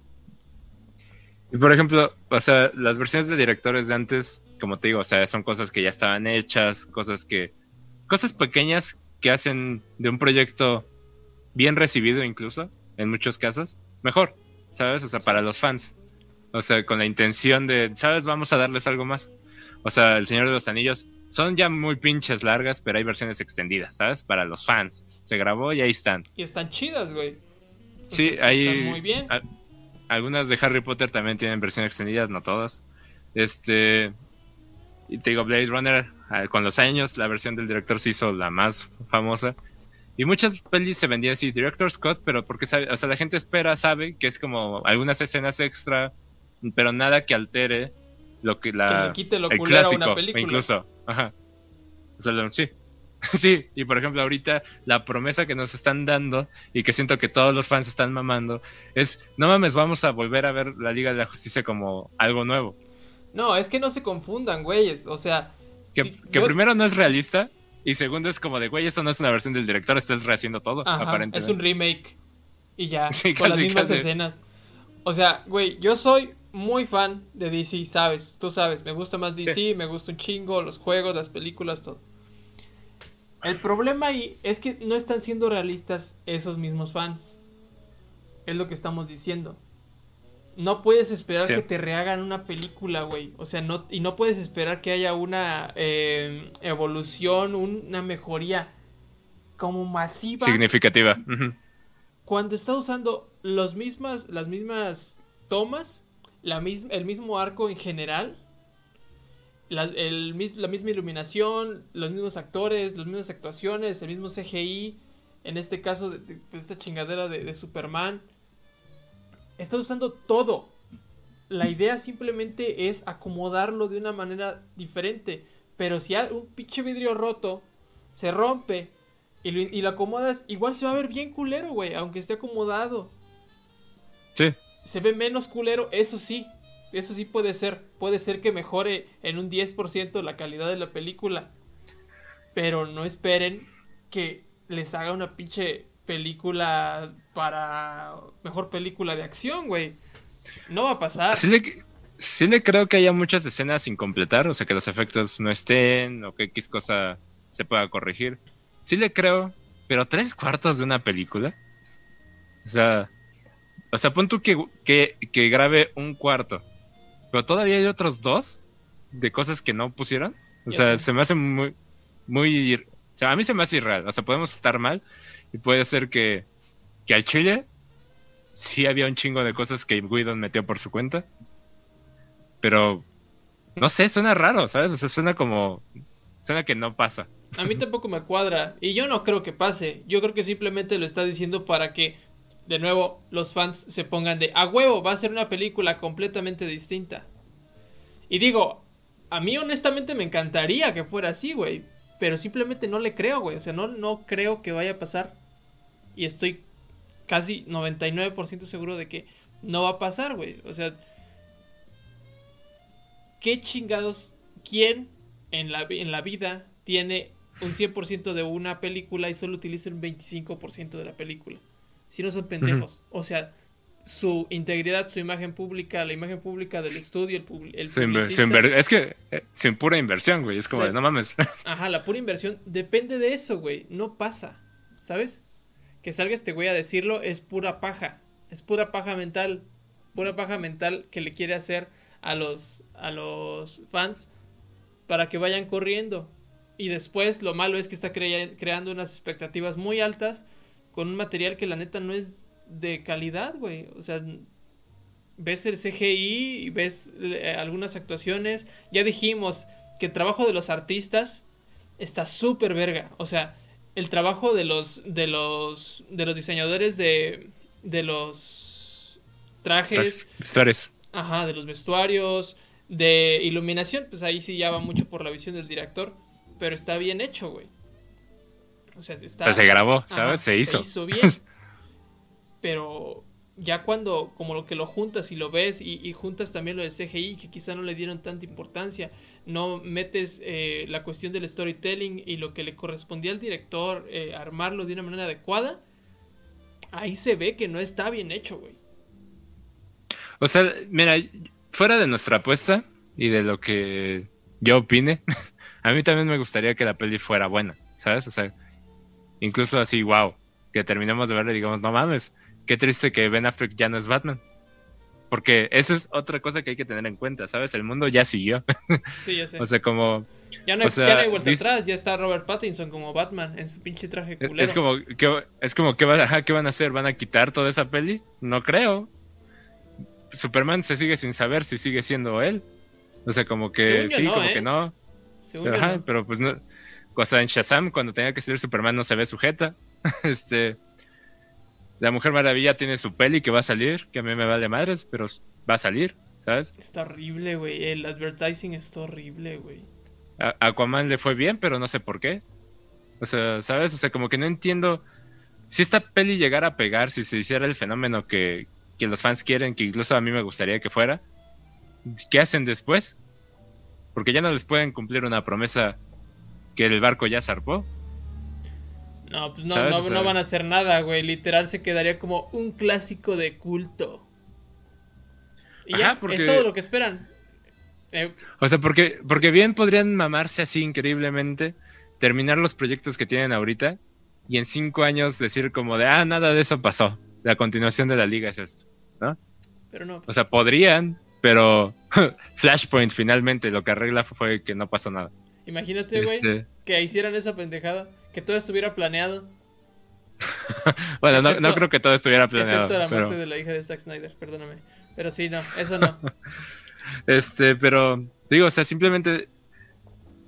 Y por ejemplo, o sea, las versiones de directores de antes, como te digo, o sea, son cosas que ya estaban hechas, cosas que... Cosas pequeñas que hacen de un proyecto bien recibido incluso, en muchos casos, mejor, ¿sabes? O sea, para los fans. O sea, con la intención de, ¿sabes? Vamos a darles algo más. O sea, El Señor de los Anillos son ya muy pinches largas, pero hay versiones extendidas, ¿sabes? Para los fans. Se grabó y ahí están. Y están chidas, güey. Sí, Están- hay... están muy bien. a- algunas de Harry Potter también tienen versiones extendidas, no todas. Este... Y te digo, Blade Runner, ah, con los años, la versión del director se hizo la más famosa. Y muchas pelis se vendían así, Director Scott, pero porque sabe, o sea, la gente espera, sabe que es como algunas escenas extra, pero nada que altere lo que la... Que le quite lo el culero a clásico, una película. incluso. Ajá. O sea, lo- sí. Sí, y por ejemplo ahorita la promesa que nos están dando y que siento que todos los fans están mamando es, no mames, vamos a volver a ver la Liga de la Justicia como algo nuevo. No, es que no se confundan, güeyes. O sea, Que, si- que yo- primero no es realista y segundo es como de, güey, esto no es una versión del director, estás rehaciendo todo, Ajá, aparentemente. es un remake. Y ya, Sí, con las casi, mismas casi. escenas. O sea, güey, yo soy muy fan de D C, ¿sabes? Tú sabes, me gusta más D C, Sí. me gusta un chingo, los juegos, las películas, todo. El problema ahí es que no están siendo realistas esos mismos fans. Es lo que estamos diciendo. No puedes esperar Sí. que te rehagan una película, güey. O sea, no, y no puedes esperar que haya una eh, evolución, una mejoría como masiva Significativa. Ujú. cuando está usando los mismas, las mismas tomas, la mis- el mismo arco en general, la, el, la misma iluminación, los mismos actores, las mismas actuaciones, el mismo C G I, en este caso de, de, de esta chingadera de, de Superman. Está usando todo. La idea simplemente es acomodarlo de una manera diferente. Pero si hay un pinche vidrio roto, se rompe y lo, y lo acomodas, igual se va a ver bien culero, güey, aunque esté acomodado. Sí. Se ve menos culero, eso sí. Eso sí puede ser. Puede ser que mejore en un diez por ciento la calidad de la película. Pero no esperen que les haga una pinche película para... Mejor película de acción, güey. No va a pasar. Sí le, sí le creo que haya muchas escenas sin completar. O sea, que los efectos no estén o que X cosa se pueda corregir. Sí le creo. Pero tres cuartos de una película. O sea... O sea, pon tú que, que, que grabe un cuarto. Pero todavía hay otros dos de cosas que no pusieron. O Ya sea, sé. se me hace muy, muy... O sea, a mí se me hace irreal. O sea, podemos estar mal. Y puede ser que, que al chile sí había un chingo de cosas que Whedon metió por su cuenta. Pero, no sé, suena raro, ¿sabes? O sea, suena como... Suena que no pasa. A mí tampoco me cuadra. Y yo no creo que pase. Yo creo que simplemente lo está diciendo para que, de nuevo, los fans se pongan de... A huevo, va a ser una película completamente distinta. Y digo, a mí honestamente me encantaría que fuera así, güey. Pero simplemente no le creo, güey. O sea, no, no creo que vaya a pasar. Y estoy casi noventa y nueve por ciento seguro de que no va a pasar, güey. O sea, ¿qué chingados? ¿Quién en la, en la vida tiene un cien por ciento de una película y solo utiliza un veinticinco por ciento de la película? Si no son pendejos. Uh-huh. O sea, su integridad, su imagen pública, la imagen pública del estudio, el, pub, el su inver- su inver- Es que, eh, sin pura inversión, güey. Es como, de, no mames. Ajá, la pura inversión depende de eso, güey. No pasa, ¿sabes? Que salga este güey a decirlo es pura paja. Es pura paja mental. Pura paja mental que le quiere hacer a los, a los fans para que vayan corriendo. Y después lo malo es que está cre- creando unas expectativas muy altas con un material que la neta no es de calidad, güey. O sea, ves el C G I y ves eh, algunas actuaciones. Ya dijimos que el trabajo de los artistas está súper verga. O sea, el trabajo de los de los de los diseñadores de de los trajes, vestuarios. Ajá, de los vestuarios, de iluminación, pues ahí sí ya va mucho por la visión del director, pero está bien hecho, güey. O sea, está, o sea, se grabó, ¿sabes? Ajá, se hizo. Se hizo bien. Pero ya cuando como lo que lo juntas y lo ves y, y juntas también lo del C G I, que quizá no le dieron tanta importancia, no metes eh, la cuestión del storytelling y lo que le correspondía al director, eh, armarlo de una manera adecuada, ahí se ve que no está bien hecho, güey. O sea, mira, fuera de nuestra apuesta y de lo que yo opine, a mí también me gustaría que la peli fuera buena, ¿sabes? O sea, incluso así, wow, que terminemos de verla y digamos, no mames, qué triste que Ben Affleck ya no es Batman. Porque eso es otra cosa que hay que tener en cuenta, ¿sabes? El mundo ya siguió. Sí, ya sé. O sea, como... Ya no hay, o sea, ya no hay vuelta dice, atrás, ya está Robert Pattinson como Batman en su pinche traje culero. Es como, ¿qué, es como ¿qué, va, ajá, ¿qué van a hacer? ¿Van a quitar toda esa peli? No creo. Superman se sigue sin saber si sigue siendo él. O sea, como que sí, no, como ¿eh? que no. O sea, ajá, no. Pero pues no. O sea, en Shazam, cuando tenía que salir Superman, no se ve sujeta. este... La Mujer Maravilla tiene su peli que va a salir, que a mí me vale madres, pero va a salir, ¿sabes? Está horrible, güey. El advertising está horrible, güey. A Aquaman le fue bien, pero no sé por qué. O sea, ¿sabes? O sea, como que no entiendo. Si esta peli llegara a pegar, si se hiciera el fenómeno que, que los fans quieren, que incluso a mí me gustaría que fuera, ¿qué hacen después? Porque ya no les pueden cumplir una promesa que el barco ya zarpó. No, pues no, no, o sea, no van a hacer nada, güey. Literal se quedaría como un clásico de culto. Y Ajá, ya, porque... es todo lo que esperan. Eh... O sea, porque, porque bien podrían mamarse así increíblemente, terminar los proyectos que tienen ahorita y en cinco años decir como de, ah, nada de eso pasó. La continuación de la liga es esto, ¿no? Pero no. O sea, podrían, pero Flashpoint finalmente lo que arregla fue que no pasó nada. Imagínate, güey, este... que hicieran esa pendejada, que todo estuviera planeado. Bueno, excepto, no, no creo que todo estuviera planeado. Excepto la pero... muerte de la hija de Zack Snyder, perdóname. Pero sí, no, eso no. Este, pero digo, o sea, simplemente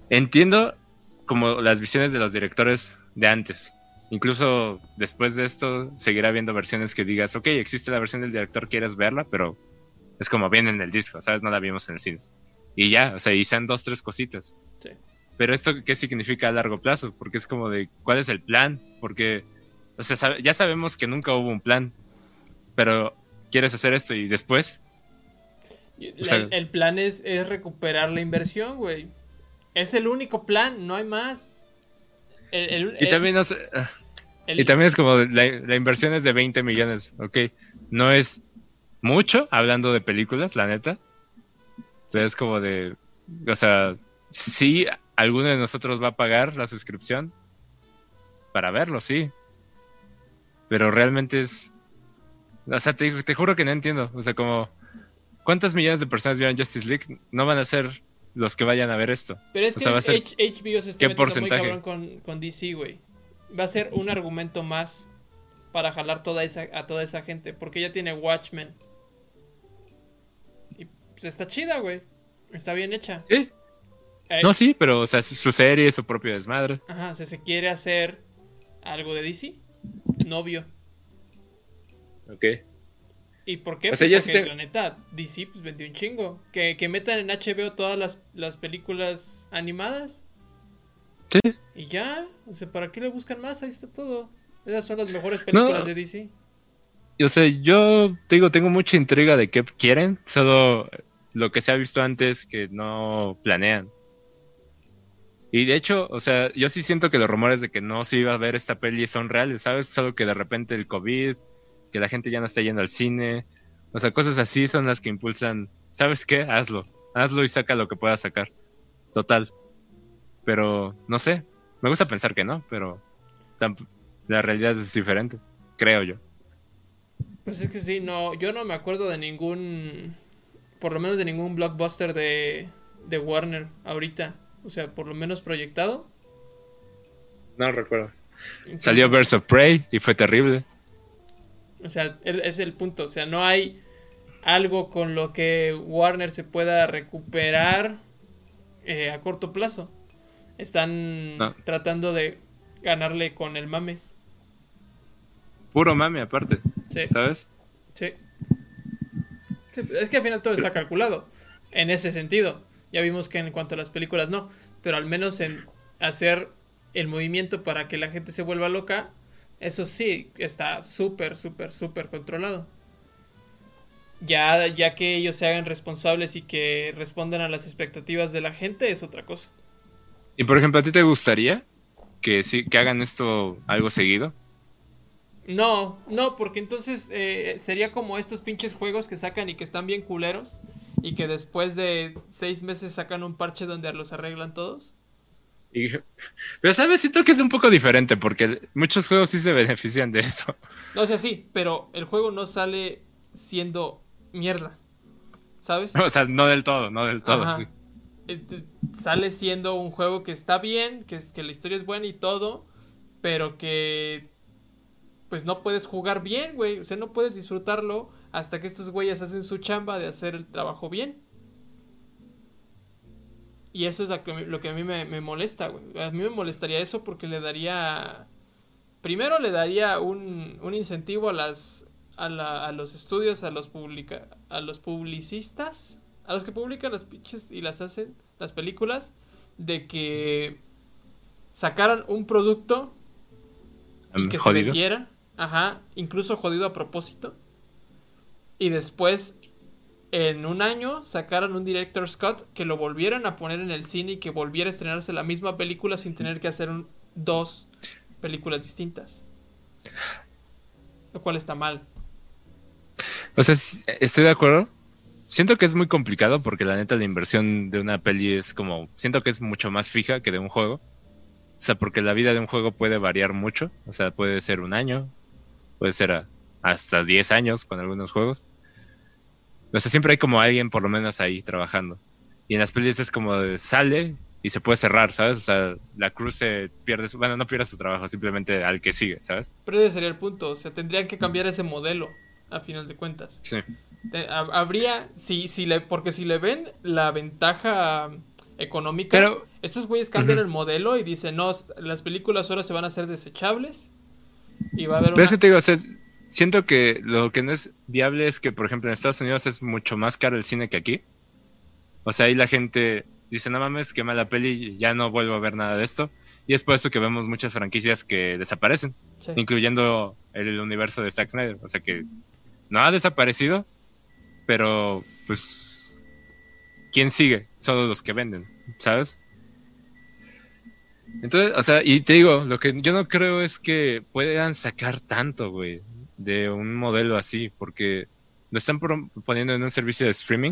entiendo como las visiones de los directores de antes. Incluso después de esto seguirá habiendo versiones que digas, ok, existe la versión del director, quieres verla, pero es como viene en el disco, ¿sabes? No la vimos en el cine. Y ya, o sea, y sean dos, tres cositas. Sí. Pero esto, ¿qué significa a largo plazo? Porque es como de, ¿cuál es el plan? Porque, o sea, sabe, ya sabemos que nunca hubo un plan, pero ¿quieres hacer esto y después? Y O sea, el, el plan es, es recuperar la inversión, güey. Es el único plan, no hay más. El, el- y el- también, no sé, ah, el- y también es como, la, la inversión es de veinte millones, ok. No es mucho, hablando de películas, la neta. Pero es como de, o sea, sí, alguno de nosotros va a pagar la suscripción para verlo, sí. Pero realmente es, o sea, te, te juro que no entiendo. O sea, como, ¿cuántas millones de personas vieron Justice League? No van a ser los que vayan a ver esto. pero es O que sea, va a ser, H- HBO se está ¿qué metiendo muy porcentaje? cabrón con, con D C, güey. Va a ser un argumento más para jalar toda esa, a toda esa gente. Porque ya tiene Watchmen. Y pues está chida, güey. Está bien hecha. Sí. Eh, No, sí, pero, o sea, su su serie, su propio desmadre. Ajá, o sea, se quiere hacer algo de D C. Novio. Ok. ¿Y por qué? O sea, Pues yo porque sí te- la neta, D C pues vendió un chingo. Que, que metan en H B O todas las, las películas animadas. Sí. Y ya, o sea, ¿para qué le buscan más? Ahí está todo. Esas son las mejores películas No. de D C. O sea, yo te digo, tengo mucha intriga de qué quieren, solo lo que se ha visto antes que no planean. Y de hecho, o sea, yo sí siento que los rumores de que no se iba a ver esta peli son reales, ¿sabes? Solo que de repente el COVID, que la gente ya no está yendo al cine, o sea, cosas así son las que impulsan, ¿sabes qué? Hazlo, hazlo y saca lo que puedas sacar. Total. Pero, no sé, me gusta pensar que no, pero tamp- la realidad es diferente, creo yo. Pues es que sí, no, yo no me acuerdo de ningún, por lo menos de ningún blockbuster de, de Warner ahorita. O sea, por lo menos proyectado. No recuerdo. Entonces, Salió Birds of Prey y fue terrible. O sea, el- es el punto. O sea, no hay algo con lo que Warner se pueda recuperar eh, a corto plazo. Están No. tratando de ganarle con el mame. Puro mame aparte, Sí, ¿sabes? sí. Sí, es que al final todo está calculado. En ese sentido. Ya vimos que en cuanto a las películas no. Pero al menos en hacer el movimiento para que la gente se vuelva loca. Eso sí, está súper, súper, súper controlado. Ya, ya que ellos se hagan responsables y que respondan a las expectativas de la gente es otra cosa. Y por ejemplo, ¿a ti te gustaría que sí, que hagan esto algo seguido? No, no, porque entonces eh, sería como estos pinches juegos que sacan y que están bien culeros y que después de seis meses sacan un parche donde los arreglan todos. Y- pero sabes, siento que es un poco diferente porque muchos juegos sí se benefician de eso. No, o sea, sí, pero el juego no sale siendo mierda, ¿sabes? O sea, no del todo, no del todo, Ajá. sí. Eh, eh, Sale siendo un juego que está bien, que, que la historia es buena y todo, pero que pues no puedes jugar bien, güey. O sea, no puedes disfrutarlo hasta que estos güeyes hacen su chamba de hacer el trabajo bien. Y eso es lo que, lo que a mí me, me molesta, güey. A mí me molestaría eso porque le daría... Primero le daría un, un incentivo a las a, la, a los estudios, a los publica, a los publicistas, a los que publican las pinches y las hacen, las películas, de que sacaran un producto y que se Jodido. vendiera, ajá, incluso jodido a propósito, y después en un año sacaran un director's cut que lo volvieran a poner en el cine y que volviera a estrenarse la misma película sin tener que hacer un, dos películas distintas, lo cual está mal. O sea, sí, estoy de acuerdo. Siento que es muy complicado porque la neta la inversión de una peli es como... Siento que es mucho más fija que de un juego. O sea, porque la vida de un juego puede variar mucho. O sea, puede ser un año, puede ser a- hasta diez años con algunos juegos. O sea, siempre hay como alguien por lo menos ahí trabajando. Y en las pelis es como de sale y se puede cerrar, ¿sabes? O sea, la crew se pierde... Su, bueno, no pierde su trabajo, simplemente al que sigue, ¿sabes? Pero ese sería el punto, o sea, tendrían que cambiar ese modelo a final de cuentas. Sí. Te- ha- habría, si, si le, porque si le ven la ventaja económica. Pero, Estos güeyes cambian ujú. el modelo y dicen, no, las películas ahora se van a hacer desechables y va a haber Pero eso una... te digo, o sea, siento que lo que no es viable es que, por ejemplo, en Estados Unidos es mucho más caro el cine que aquí. O sea, ahí la gente dice, no mames, qué mala peli, ya no vuelvo a ver nada de esto. Y es por eso que vemos muchas franquicias que desaparecen, Sí. incluyendo el universo de Zack Snyder. O sea que no ha desaparecido, pero pues, ¿quién sigue? Solo los que venden, ¿sabes? Entonces, o sea, y te digo, lo que yo no creo es que puedan sacar tanto, güey, de un modelo así, porque lo están pro- poniendo en un servicio de streaming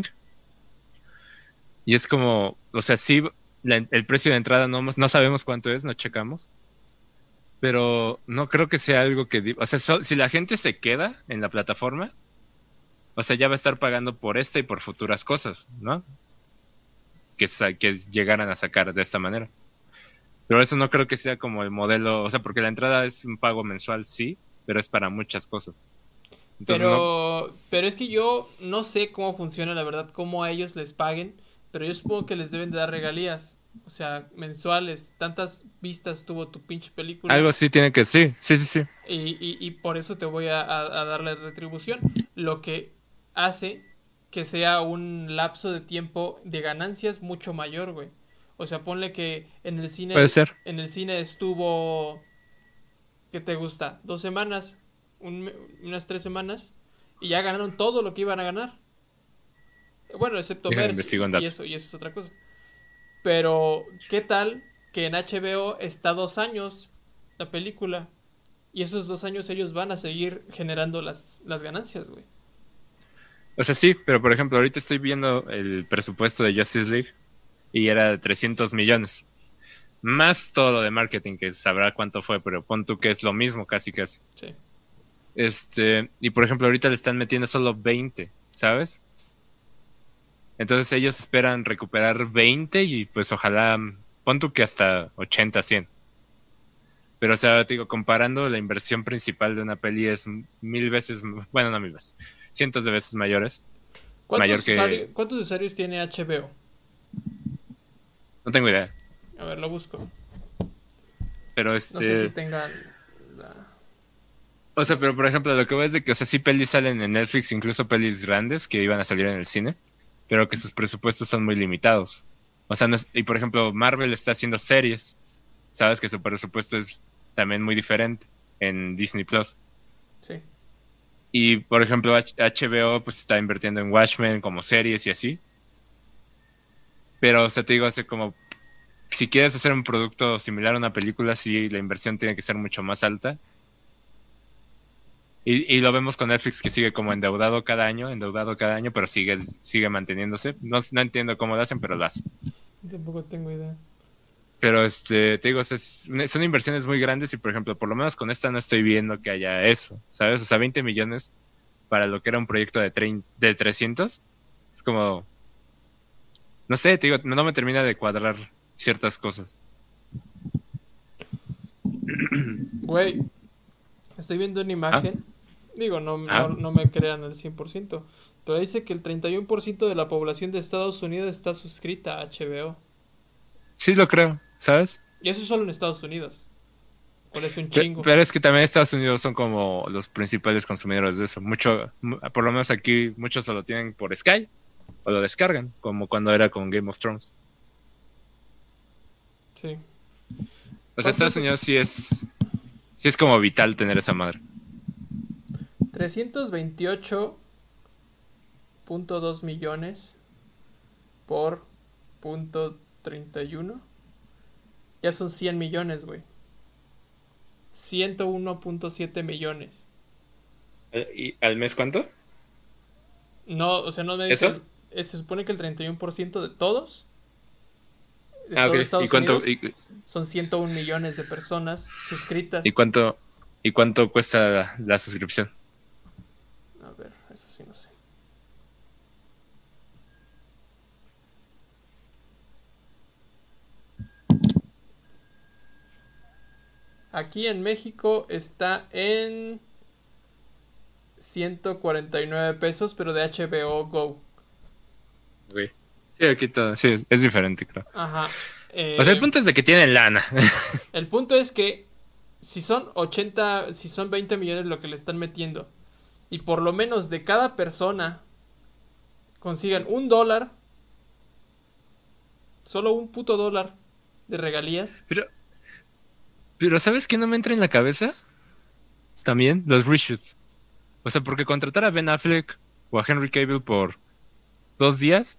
y es como, o sea, sí, la- el precio de entrada no, no sabemos cuánto es, no checamos, pero no creo que sea algo que, di- o sea, so- si la gente se queda en la plataforma, o sea, ya va a estar pagando por esta y por futuras cosas, ¿no? Que, sa- que llegaran a sacar de esta manera. Pero eso no creo que sea como el modelo, o sea, porque la entrada es un pago mensual, sí, pero es para muchas cosas. Entonces no, Pero, pero es que yo no sé cómo funciona, la verdad, cómo a ellos les paguen, pero yo supongo que les deben de dar regalías, o sea, mensuales. Tantas vistas tuvo tu pinche película algo sí tiene que, sí, sí, sí, sí. y, y, y por eso te voy a, a, a dar la retribución, lo que hace que sea un lapso de tiempo de ganancias mucho mayor, güey. O sea, ponle que en el Puede cine, ser. en el cine estuvo, ¿qué te gusta? Dos semanas, un, unas tres semanas, y ya ganaron todo lo que iban a ganar. Bueno, excepto Déjame merch investigar un y dato. eso, y eso es otra cosa. Pero, ¿qué tal que en H B O está dos años la película? Y esos dos años ellos van a seguir generando las, las ganancias, güey. O sea, sí, pero por ejemplo, ahorita estoy viendo el presupuesto de Justice League y era de trescientos millones. Más todo lo de marketing, que sabrá cuánto fue, pero pon tú que es lo mismo casi casi. Sí. Este, y por ejemplo, ahorita le están metiendo solo veinte, ¿sabes? Entonces ellos esperan recuperar veinte y pues ojalá, pon tú que hasta ochenta, cien. Pero o sea, te digo, comparando la inversión principal de una peli es mil veces, bueno, no mil veces, cientos de veces mayores, mayor ¿Cuántos, que, usuarios, ¿Cuántos usuarios tiene H B O? no tengo idea, A ver, lo busco. pero No sé si este, tengan... la- o sea, pero por ejemplo, lo que veo es de que, o sea, sí pelis salen en Netflix, incluso pelis grandes que iban a salir en el cine, pero que sus presupuestos son muy limitados. O sea, no es- y por ejemplo, Marvel está haciendo series, sabes que su presupuesto es también muy diferente en Disney Plus. Sí. Y por ejemplo, H- HBO pues está invirtiendo en Watchmen como series y así. Pero, o sea, te digo, hace como, si quieres hacer un producto similar a una película, sí, la inversión tiene que ser mucho más alta. Y, y lo vemos con Netflix que sigue como endeudado cada año, endeudado cada año, pero sigue, sigue manteniéndose. No, no entiendo cómo lo hacen, pero lo hacen. Tampoco tengo idea. Pero este, te digo, o sea, es- son inversiones muy grandes y, por ejemplo, por lo menos con esta no estoy viendo que haya eso, ¿sabes? O sea, veinte millones para lo que era un proyecto de, trein- de trescientos, es como, no sé, te digo, no me termina de cuadrar ciertas cosas. Güey, estoy viendo una Ah, imagen. Digo, no, ah, no, no me crean al cien por ciento. Pero dice que el treinta y uno por ciento de la población de Estados Unidos está suscrita a H B O. sí lo creo, ¿sabes? Y eso solo en Estados Unidos. Cuál es un Pe- chingo. Pero es que también Estados Unidos son como los principales consumidores de eso. Mucho, mu- por lo menos aquí muchos solo tienen por Sky o lo descargan, como cuando era con Game of Thrones. Sí. O sea, ¿Cuánto Estados es? Unidos sí es, sí es como vital tener esa madre. trescientos veintiocho punto dos millones por punto treinta y uno. Ya son cien millones, güey. ciento uno punto siete millones. Eh, ¿Y al mes cuánto? No, o sea, no me dice... ¿Eso? el- eh, se supone que el treinta y uno por ciento de todos, de Ah, ok. todo ¿Y Estados cuánto, Unidos, y, son ciento uno millones de personas y suscritas. cuánto, y cuánto cuesta la, la suscripción? A ver, eso sí no sé. Aquí en México está en ciento cuarenta y nueve pesos, pero de H B O Go. Ok. Sí, aquí todo, sí, es, es diferente, creo. Ajá. Eh, O sea, el punto es de que tienen lana. el punto es que si son ochenta, si son veinte millones lo que le están metiendo, y por lo menos de cada persona consigan un dólar, solo un puto dólar de regalías. Pero, pero ¿sabes qué no me entra en la cabeza? También los reshoots. O sea, porque contratar a Ben Affleck o a Henry Cavill por dos días,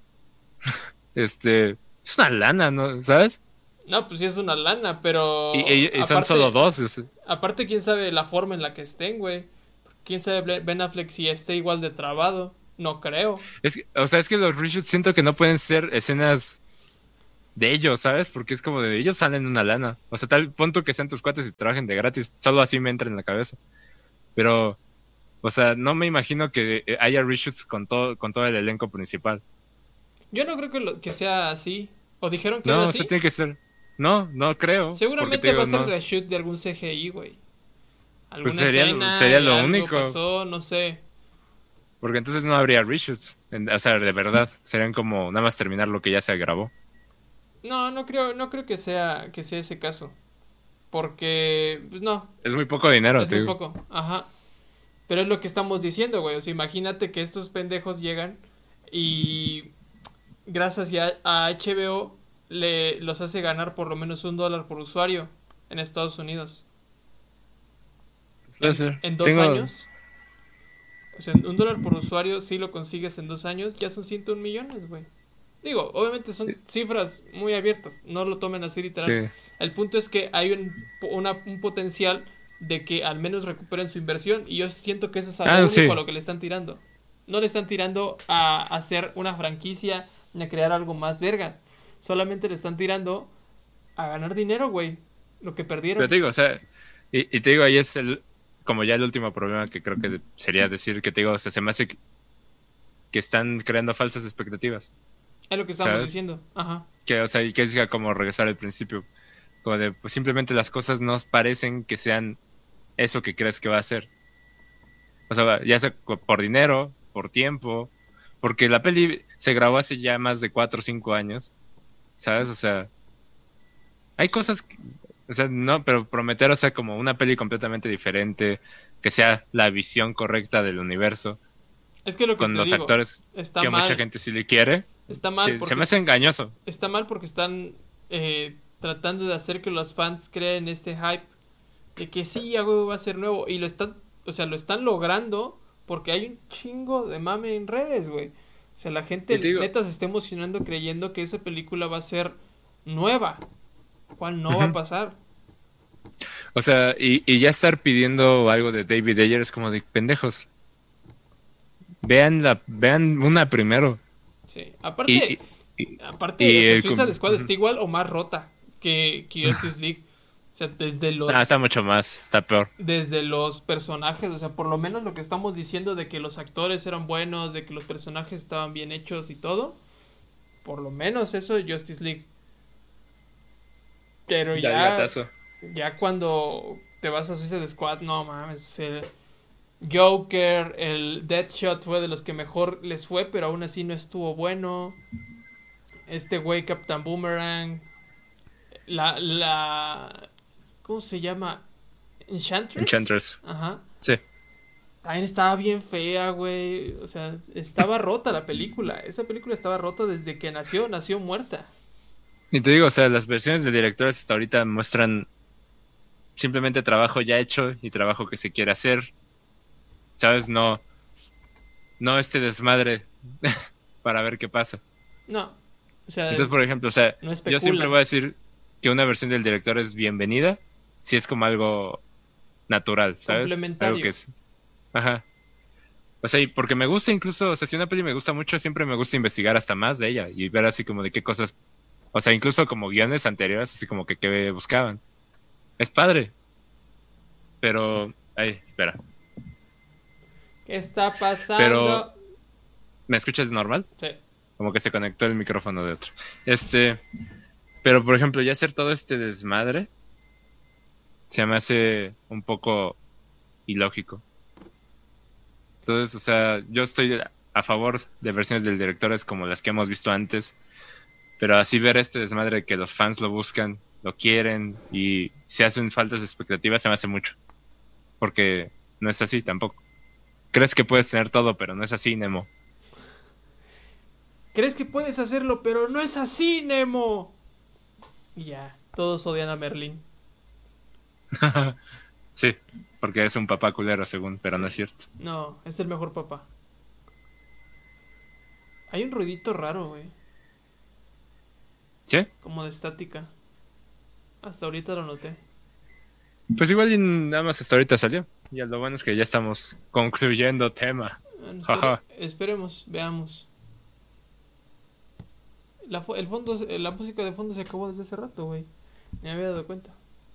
este, es una lana, ¿no? ¿Sabes? No, pues sí es una lana, Y, pero y- y son aparte, solo dos. o sea. aparte quién sabe la forma en la que estén, güey. Quién sabe Ben Affleck si esté igual de trabado. No creo. Es que- o sea, es que los reshoots siento que no pueden ser escenas de ellos, ¿sabes? Porque es como de ellos salen una lana. O sea, tal punto que sean tus cuates y trabajen de gratis. Solo así me entra en la cabeza. Pero, o sea, no me imagino que eh, haya reshoots con todo, con todo el elenco principal. Yo no creo que, lo, que sea así. ¿O dijeron que era No, o sea, así? tiene que ser. No, no creo. Porque te Seguramente va digo, a ser no. reshoot de algún C G I, güey. Pues Alguna sería, escena sería y lo algo único. pasó, no sé. Porque entonces no habría reshoots. En- O sea, de verdad. Serían como nada más terminar lo que ya se grabó. No, no creo, no creo que sea, que sea ese caso. Porque, pues no, Es muy poco dinero, es te muy digo. poco. Ajá. Pero es lo que estamos diciendo, güey. O sea, imagínate que estos pendejos llegan y gracias ya a H B O le los hace ganar por lo menos un dólar por usuario en Estados Unidos. Puede En, ser. en dos Tengo. años. O sea, un dólar por usuario, si lo consigues en dos años, ya son ciento un millones, güey. Digo, obviamente son cifras muy abiertas, no lo tomen así literal. Sí. El punto es que hay un, una- un potencial de que al menos recuperen su inversión y yo siento que eso es a lo Ah, único sí. a lo que le están tirando. No le están tirando a hacer una franquicia ni a crear algo más vergas. Solamente le están tirando a ganar dinero, güey. Lo que Pero perdieron. te digo, o sea, y, y te digo, ahí es el, como ya el último problema que creo que sería decir que te digo, o sea, se me hace que, que están creando falsas expectativas, Es lo que estamos ¿sabes? diciendo. Ajá. Que, o sea, y que es como regresar al principio, como de, pues simplemente las cosas no parecen que sean eso que crees que va a ser. O sea, ya sea co- por dinero, por tiempo, porque la peli se grabó hace ya más de cuatro o cinco años, ¿sabes? O sea, hay cosas, que- o sea, no, pero prometer, o sea, como una peli completamente diferente, que sea la visión correcta del universo, Es que lo que con te los digo, actores está que mucha mal. gente sí le quiere, Está mal se, se porque me hace engañoso. está mal porque están eh, tratando de hacer que los fans creen este hype de que sí, ya güey, va a ser nuevo y lo están, o sea, lo están logrando porque hay un chingo de mame en redes, güey. O sea, la gente Y te digo, neta se está emocionando creyendo que esa película va a ser nueva, cual no va a ujú. pasar. O sea, y, y ya estar pidiendo algo de David Ayer es como de pendejos. Vean la, vean una primero. Sí. Y, Aparte, y, y- aparte, y, o sea, eh, Suicide com- Squad está igual o más rota que, que Justice League. O sea, desde Ah, los está mucho más, está peor. desde los personajes, o sea, por lo menos lo que estamos diciendo de que los actores eran buenos, de que los personajes estaban bien hechos y todo, por lo menos eso de Justice League. Pero Dale ya, gatazo. ya cuando te vas a Suicide Squad, no mames, el Joker, el Deathshot fue de los que mejor les fue, pero aún así no estuvo bueno. Este güey, Captain Boomerang, la, la, ¿cómo se llama? Enchantress. Enchantress. Ajá. Sí. También estaba bien fea, güey. O sea, estaba rota la película. Esa película estaba rota desde que nació, nació muerta. Y te digo, o sea, las versiones de directores hasta ahorita muestran simplemente trabajo ya hecho y trabajo que se quiere hacer. ¿Sabes? No, no este desmadre para ver qué pasa. No. O sea, Entonces, por ejemplo, o sea, no yo especulan. siempre voy a decir que una versión del director es bienvenida si es como algo natural, ¿sabes? Complementario. Algo que es. Ajá. O sea, y porque me gusta incluso, o sea, si una peli me gusta mucho, siempre me gusta investigar hasta más de ella y ver así como de qué cosas, o sea, incluso como guiones anteriores, así como que qué buscaban. Es padre. Pero, ay, espera. ¿Qué está pasando? Pero, ¿me escuchas normal? Sí. Como que se conectó el micrófono de otro. Este, pero por ejemplo, ya hacer todo este desmadre se me hace un poco ilógico. Entonces, o sea, yo estoy a favor de versiones del director como las que hemos visto antes. Pero así ver este desmadre que los fans lo buscan, lo quieren y se hacen faltas expectativas se me hace mucho. Porque no es así tampoco. Crees que puedes tener todo, pero no es así, Nemo. ¿Crees que puedes hacerlo, pero no es así, Nemo? Y ya, todos odian a Merlín. Sí, porque es un papá culero según, pero no es cierto. No, es el mejor papá. Hay un ruidito raro, güey. ¿Sí? Como de estática. Hasta ahorita lo noté. Pues igual y nada más hasta ahorita salió. Y lo bueno es que ya estamos concluyendo tema. Bueno, Jaja. espere- esperemos, veamos. La, fo- el fondo, la música de fondo se acabó desde hace rato, güey. Me había dado cuenta.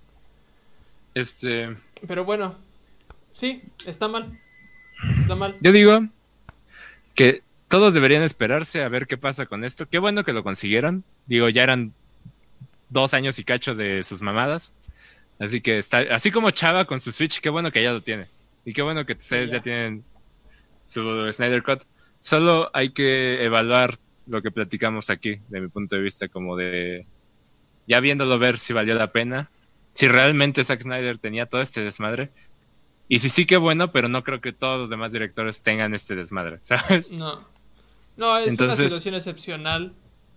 Este, Pero bueno, sí, está mal. Está mal. yo digo que todos deberían esperarse a ver qué pasa con esto. Qué bueno que lo consiguieron. Digo, ya eran dos años y cacho de sus mamadas. Así que está, así como Chava con su Switch, qué bueno que ya lo tiene. Y qué bueno que ustedes ya. ya tienen su Snyder Cut. Solo hay que evaluar lo que platicamos aquí, de mi punto de vista, como de ya viéndolo ver si valió la pena, si realmente Zack Snyder tenía todo este desmadre. Y si sí, qué bueno, pero no creo que todos los demás directores tengan este desmadre, ¿sabes? No. No, es una Entonces- situación excepcional.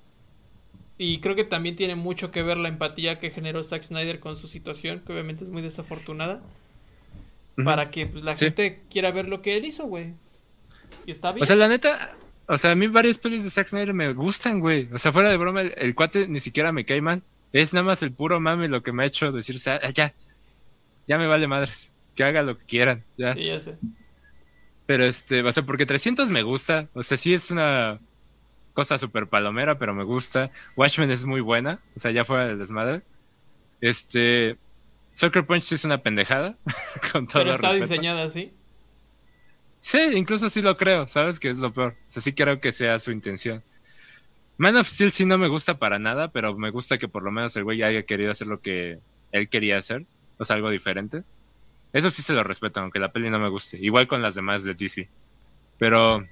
Y creo que también tiene mucho que ver la empatía que generó Zack Snyder con su situación, que obviamente es muy desafortunada. Ujú. Para que pues, la Sí. gente quiera ver lo que él hizo, güey. Y está bien. O sea, la neta, o sea, a mí varias pelis de Zack Snyder me gustan, güey. O sea, fuera de broma, el, el cuate ni siquiera me cae mal. Es nada más el puro mame lo que me ha hecho decir, "Ah, ya, ya me vale madres, que haga lo que quieran, ya". Sí, ya sé. Pero este, o sea, porque trescientos me gusta, o sea, sí es una cosa súper palomera, pero me gusta. Watchmen es muy buena, o sea, ya fuera del desmadre. Este, Sucker Punch sí es una pendejada, con todo Pero está respeto. diseñada así. Sí, incluso sí lo creo, ¿sabes? Que es lo peor. O sea, sí creo que sea su intención. Man of Steel sí no me gusta para nada, pero me gusta que por lo menos el güey haya querido hacer lo que él quería hacer, o sea, algo diferente. Eso sí se lo respeto, aunque la peli no me guste. Igual con las demás de D C. Pero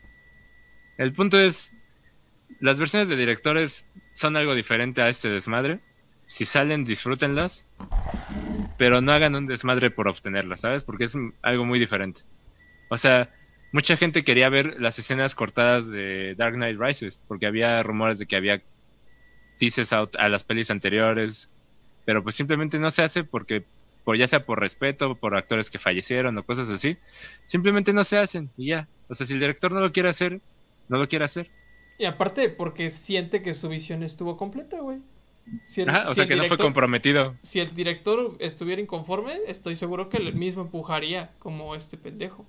el punto es, las versiones de directores son algo diferente a este desmadre. Si salen, disfrútenlas, pero no hagan un desmadre por obtenerlas, ¿sabes? Porque es algo muy diferente. O sea, mucha gente quería ver las escenas cortadas de Dark Knight Rises, porque había rumores de que había teases out a las pelis anteriores, pero pues simplemente no se hace porque, por ya sea por respeto, por actores que fallecieron o cosas así, simplemente no se hacen y ya. O sea, si el director no lo quiere hacer, no lo quiere hacer. Y aparte, porque siente que su visión estuvo completa, güey. Si el- Ajá, o si sea, el que no fue director- comprometido. Si el director estuviera inconforme, estoy seguro que él mismo empujaría como este pendejo.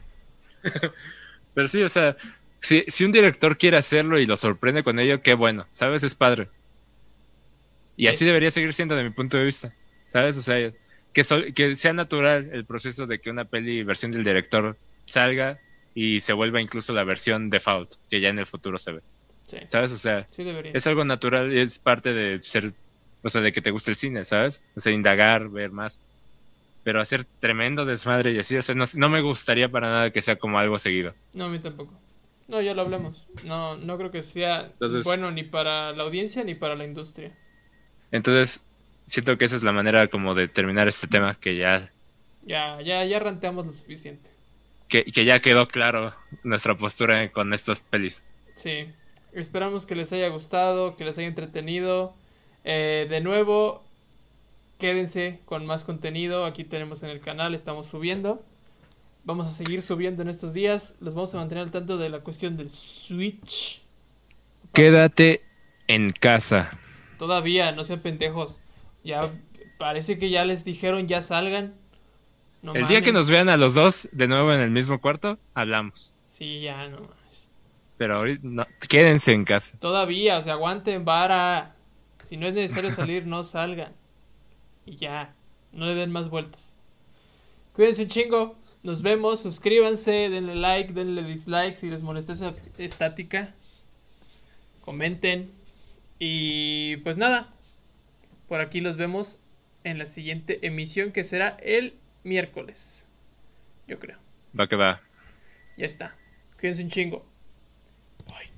Pero sí, o sea, si, si un director quiere hacerlo y lo sorprende con ello, qué bueno, ¿sabes? Es padre. Y así Sí. debería seguir siendo de mi punto de vista, ¿sabes? O sea, que, so- que sea natural el proceso de que una peli versión del director salga y se vuelva incluso la versión default, que ya en el futuro se ve, Sí, ¿sabes? O sea, sí debería. es algo natural y es parte de ser, o sea, de que te guste el cine, ¿sabes? O sea, indagar, ver más. Pero hacer tremendo desmadre y así, o sea, no, no me gustaría para nada que sea como algo seguido. No, a mí tampoco. No, ya lo hablamos. No, no creo que sea Entonces- bueno ni para la audiencia ni para la industria. Entonces, siento que esa es la manera como de terminar este tema, que ya, Ya, ya, ya ranteamos lo suficiente. que, que ya quedó claro nuestra postura con estas pelis. Sí, esperamos que les haya gustado, que les haya entretenido. Eh, de nuevo, quédense con más contenido. Aquí tenemos en el canal, estamos subiendo. Vamos a seguir subiendo en estos días. Los vamos a mantener al tanto de la cuestión del Switch. Quédate en casa. Todavía, no sean pendejos. Ya parece que ya les dijeron ya salgan. No El día que mamen. nos vean a los dos de nuevo en el mismo cuarto, hablamos. Sí, ya no mames. Pero ahorita no, quédense en casa. Todavía, o sea, aguanten vara. Si no es necesario salir, no salgan. Y ya, no le den más vueltas. Cuídense un chingo. Nos vemos, suscríbanse, denle like, denle dislike si les molesta esa estática. Comenten. Y pues nada, por aquí los vemos en la siguiente emisión que será el miércoles. Yo creo. Va que va. Ya está. Cuídense un chingo. Bye.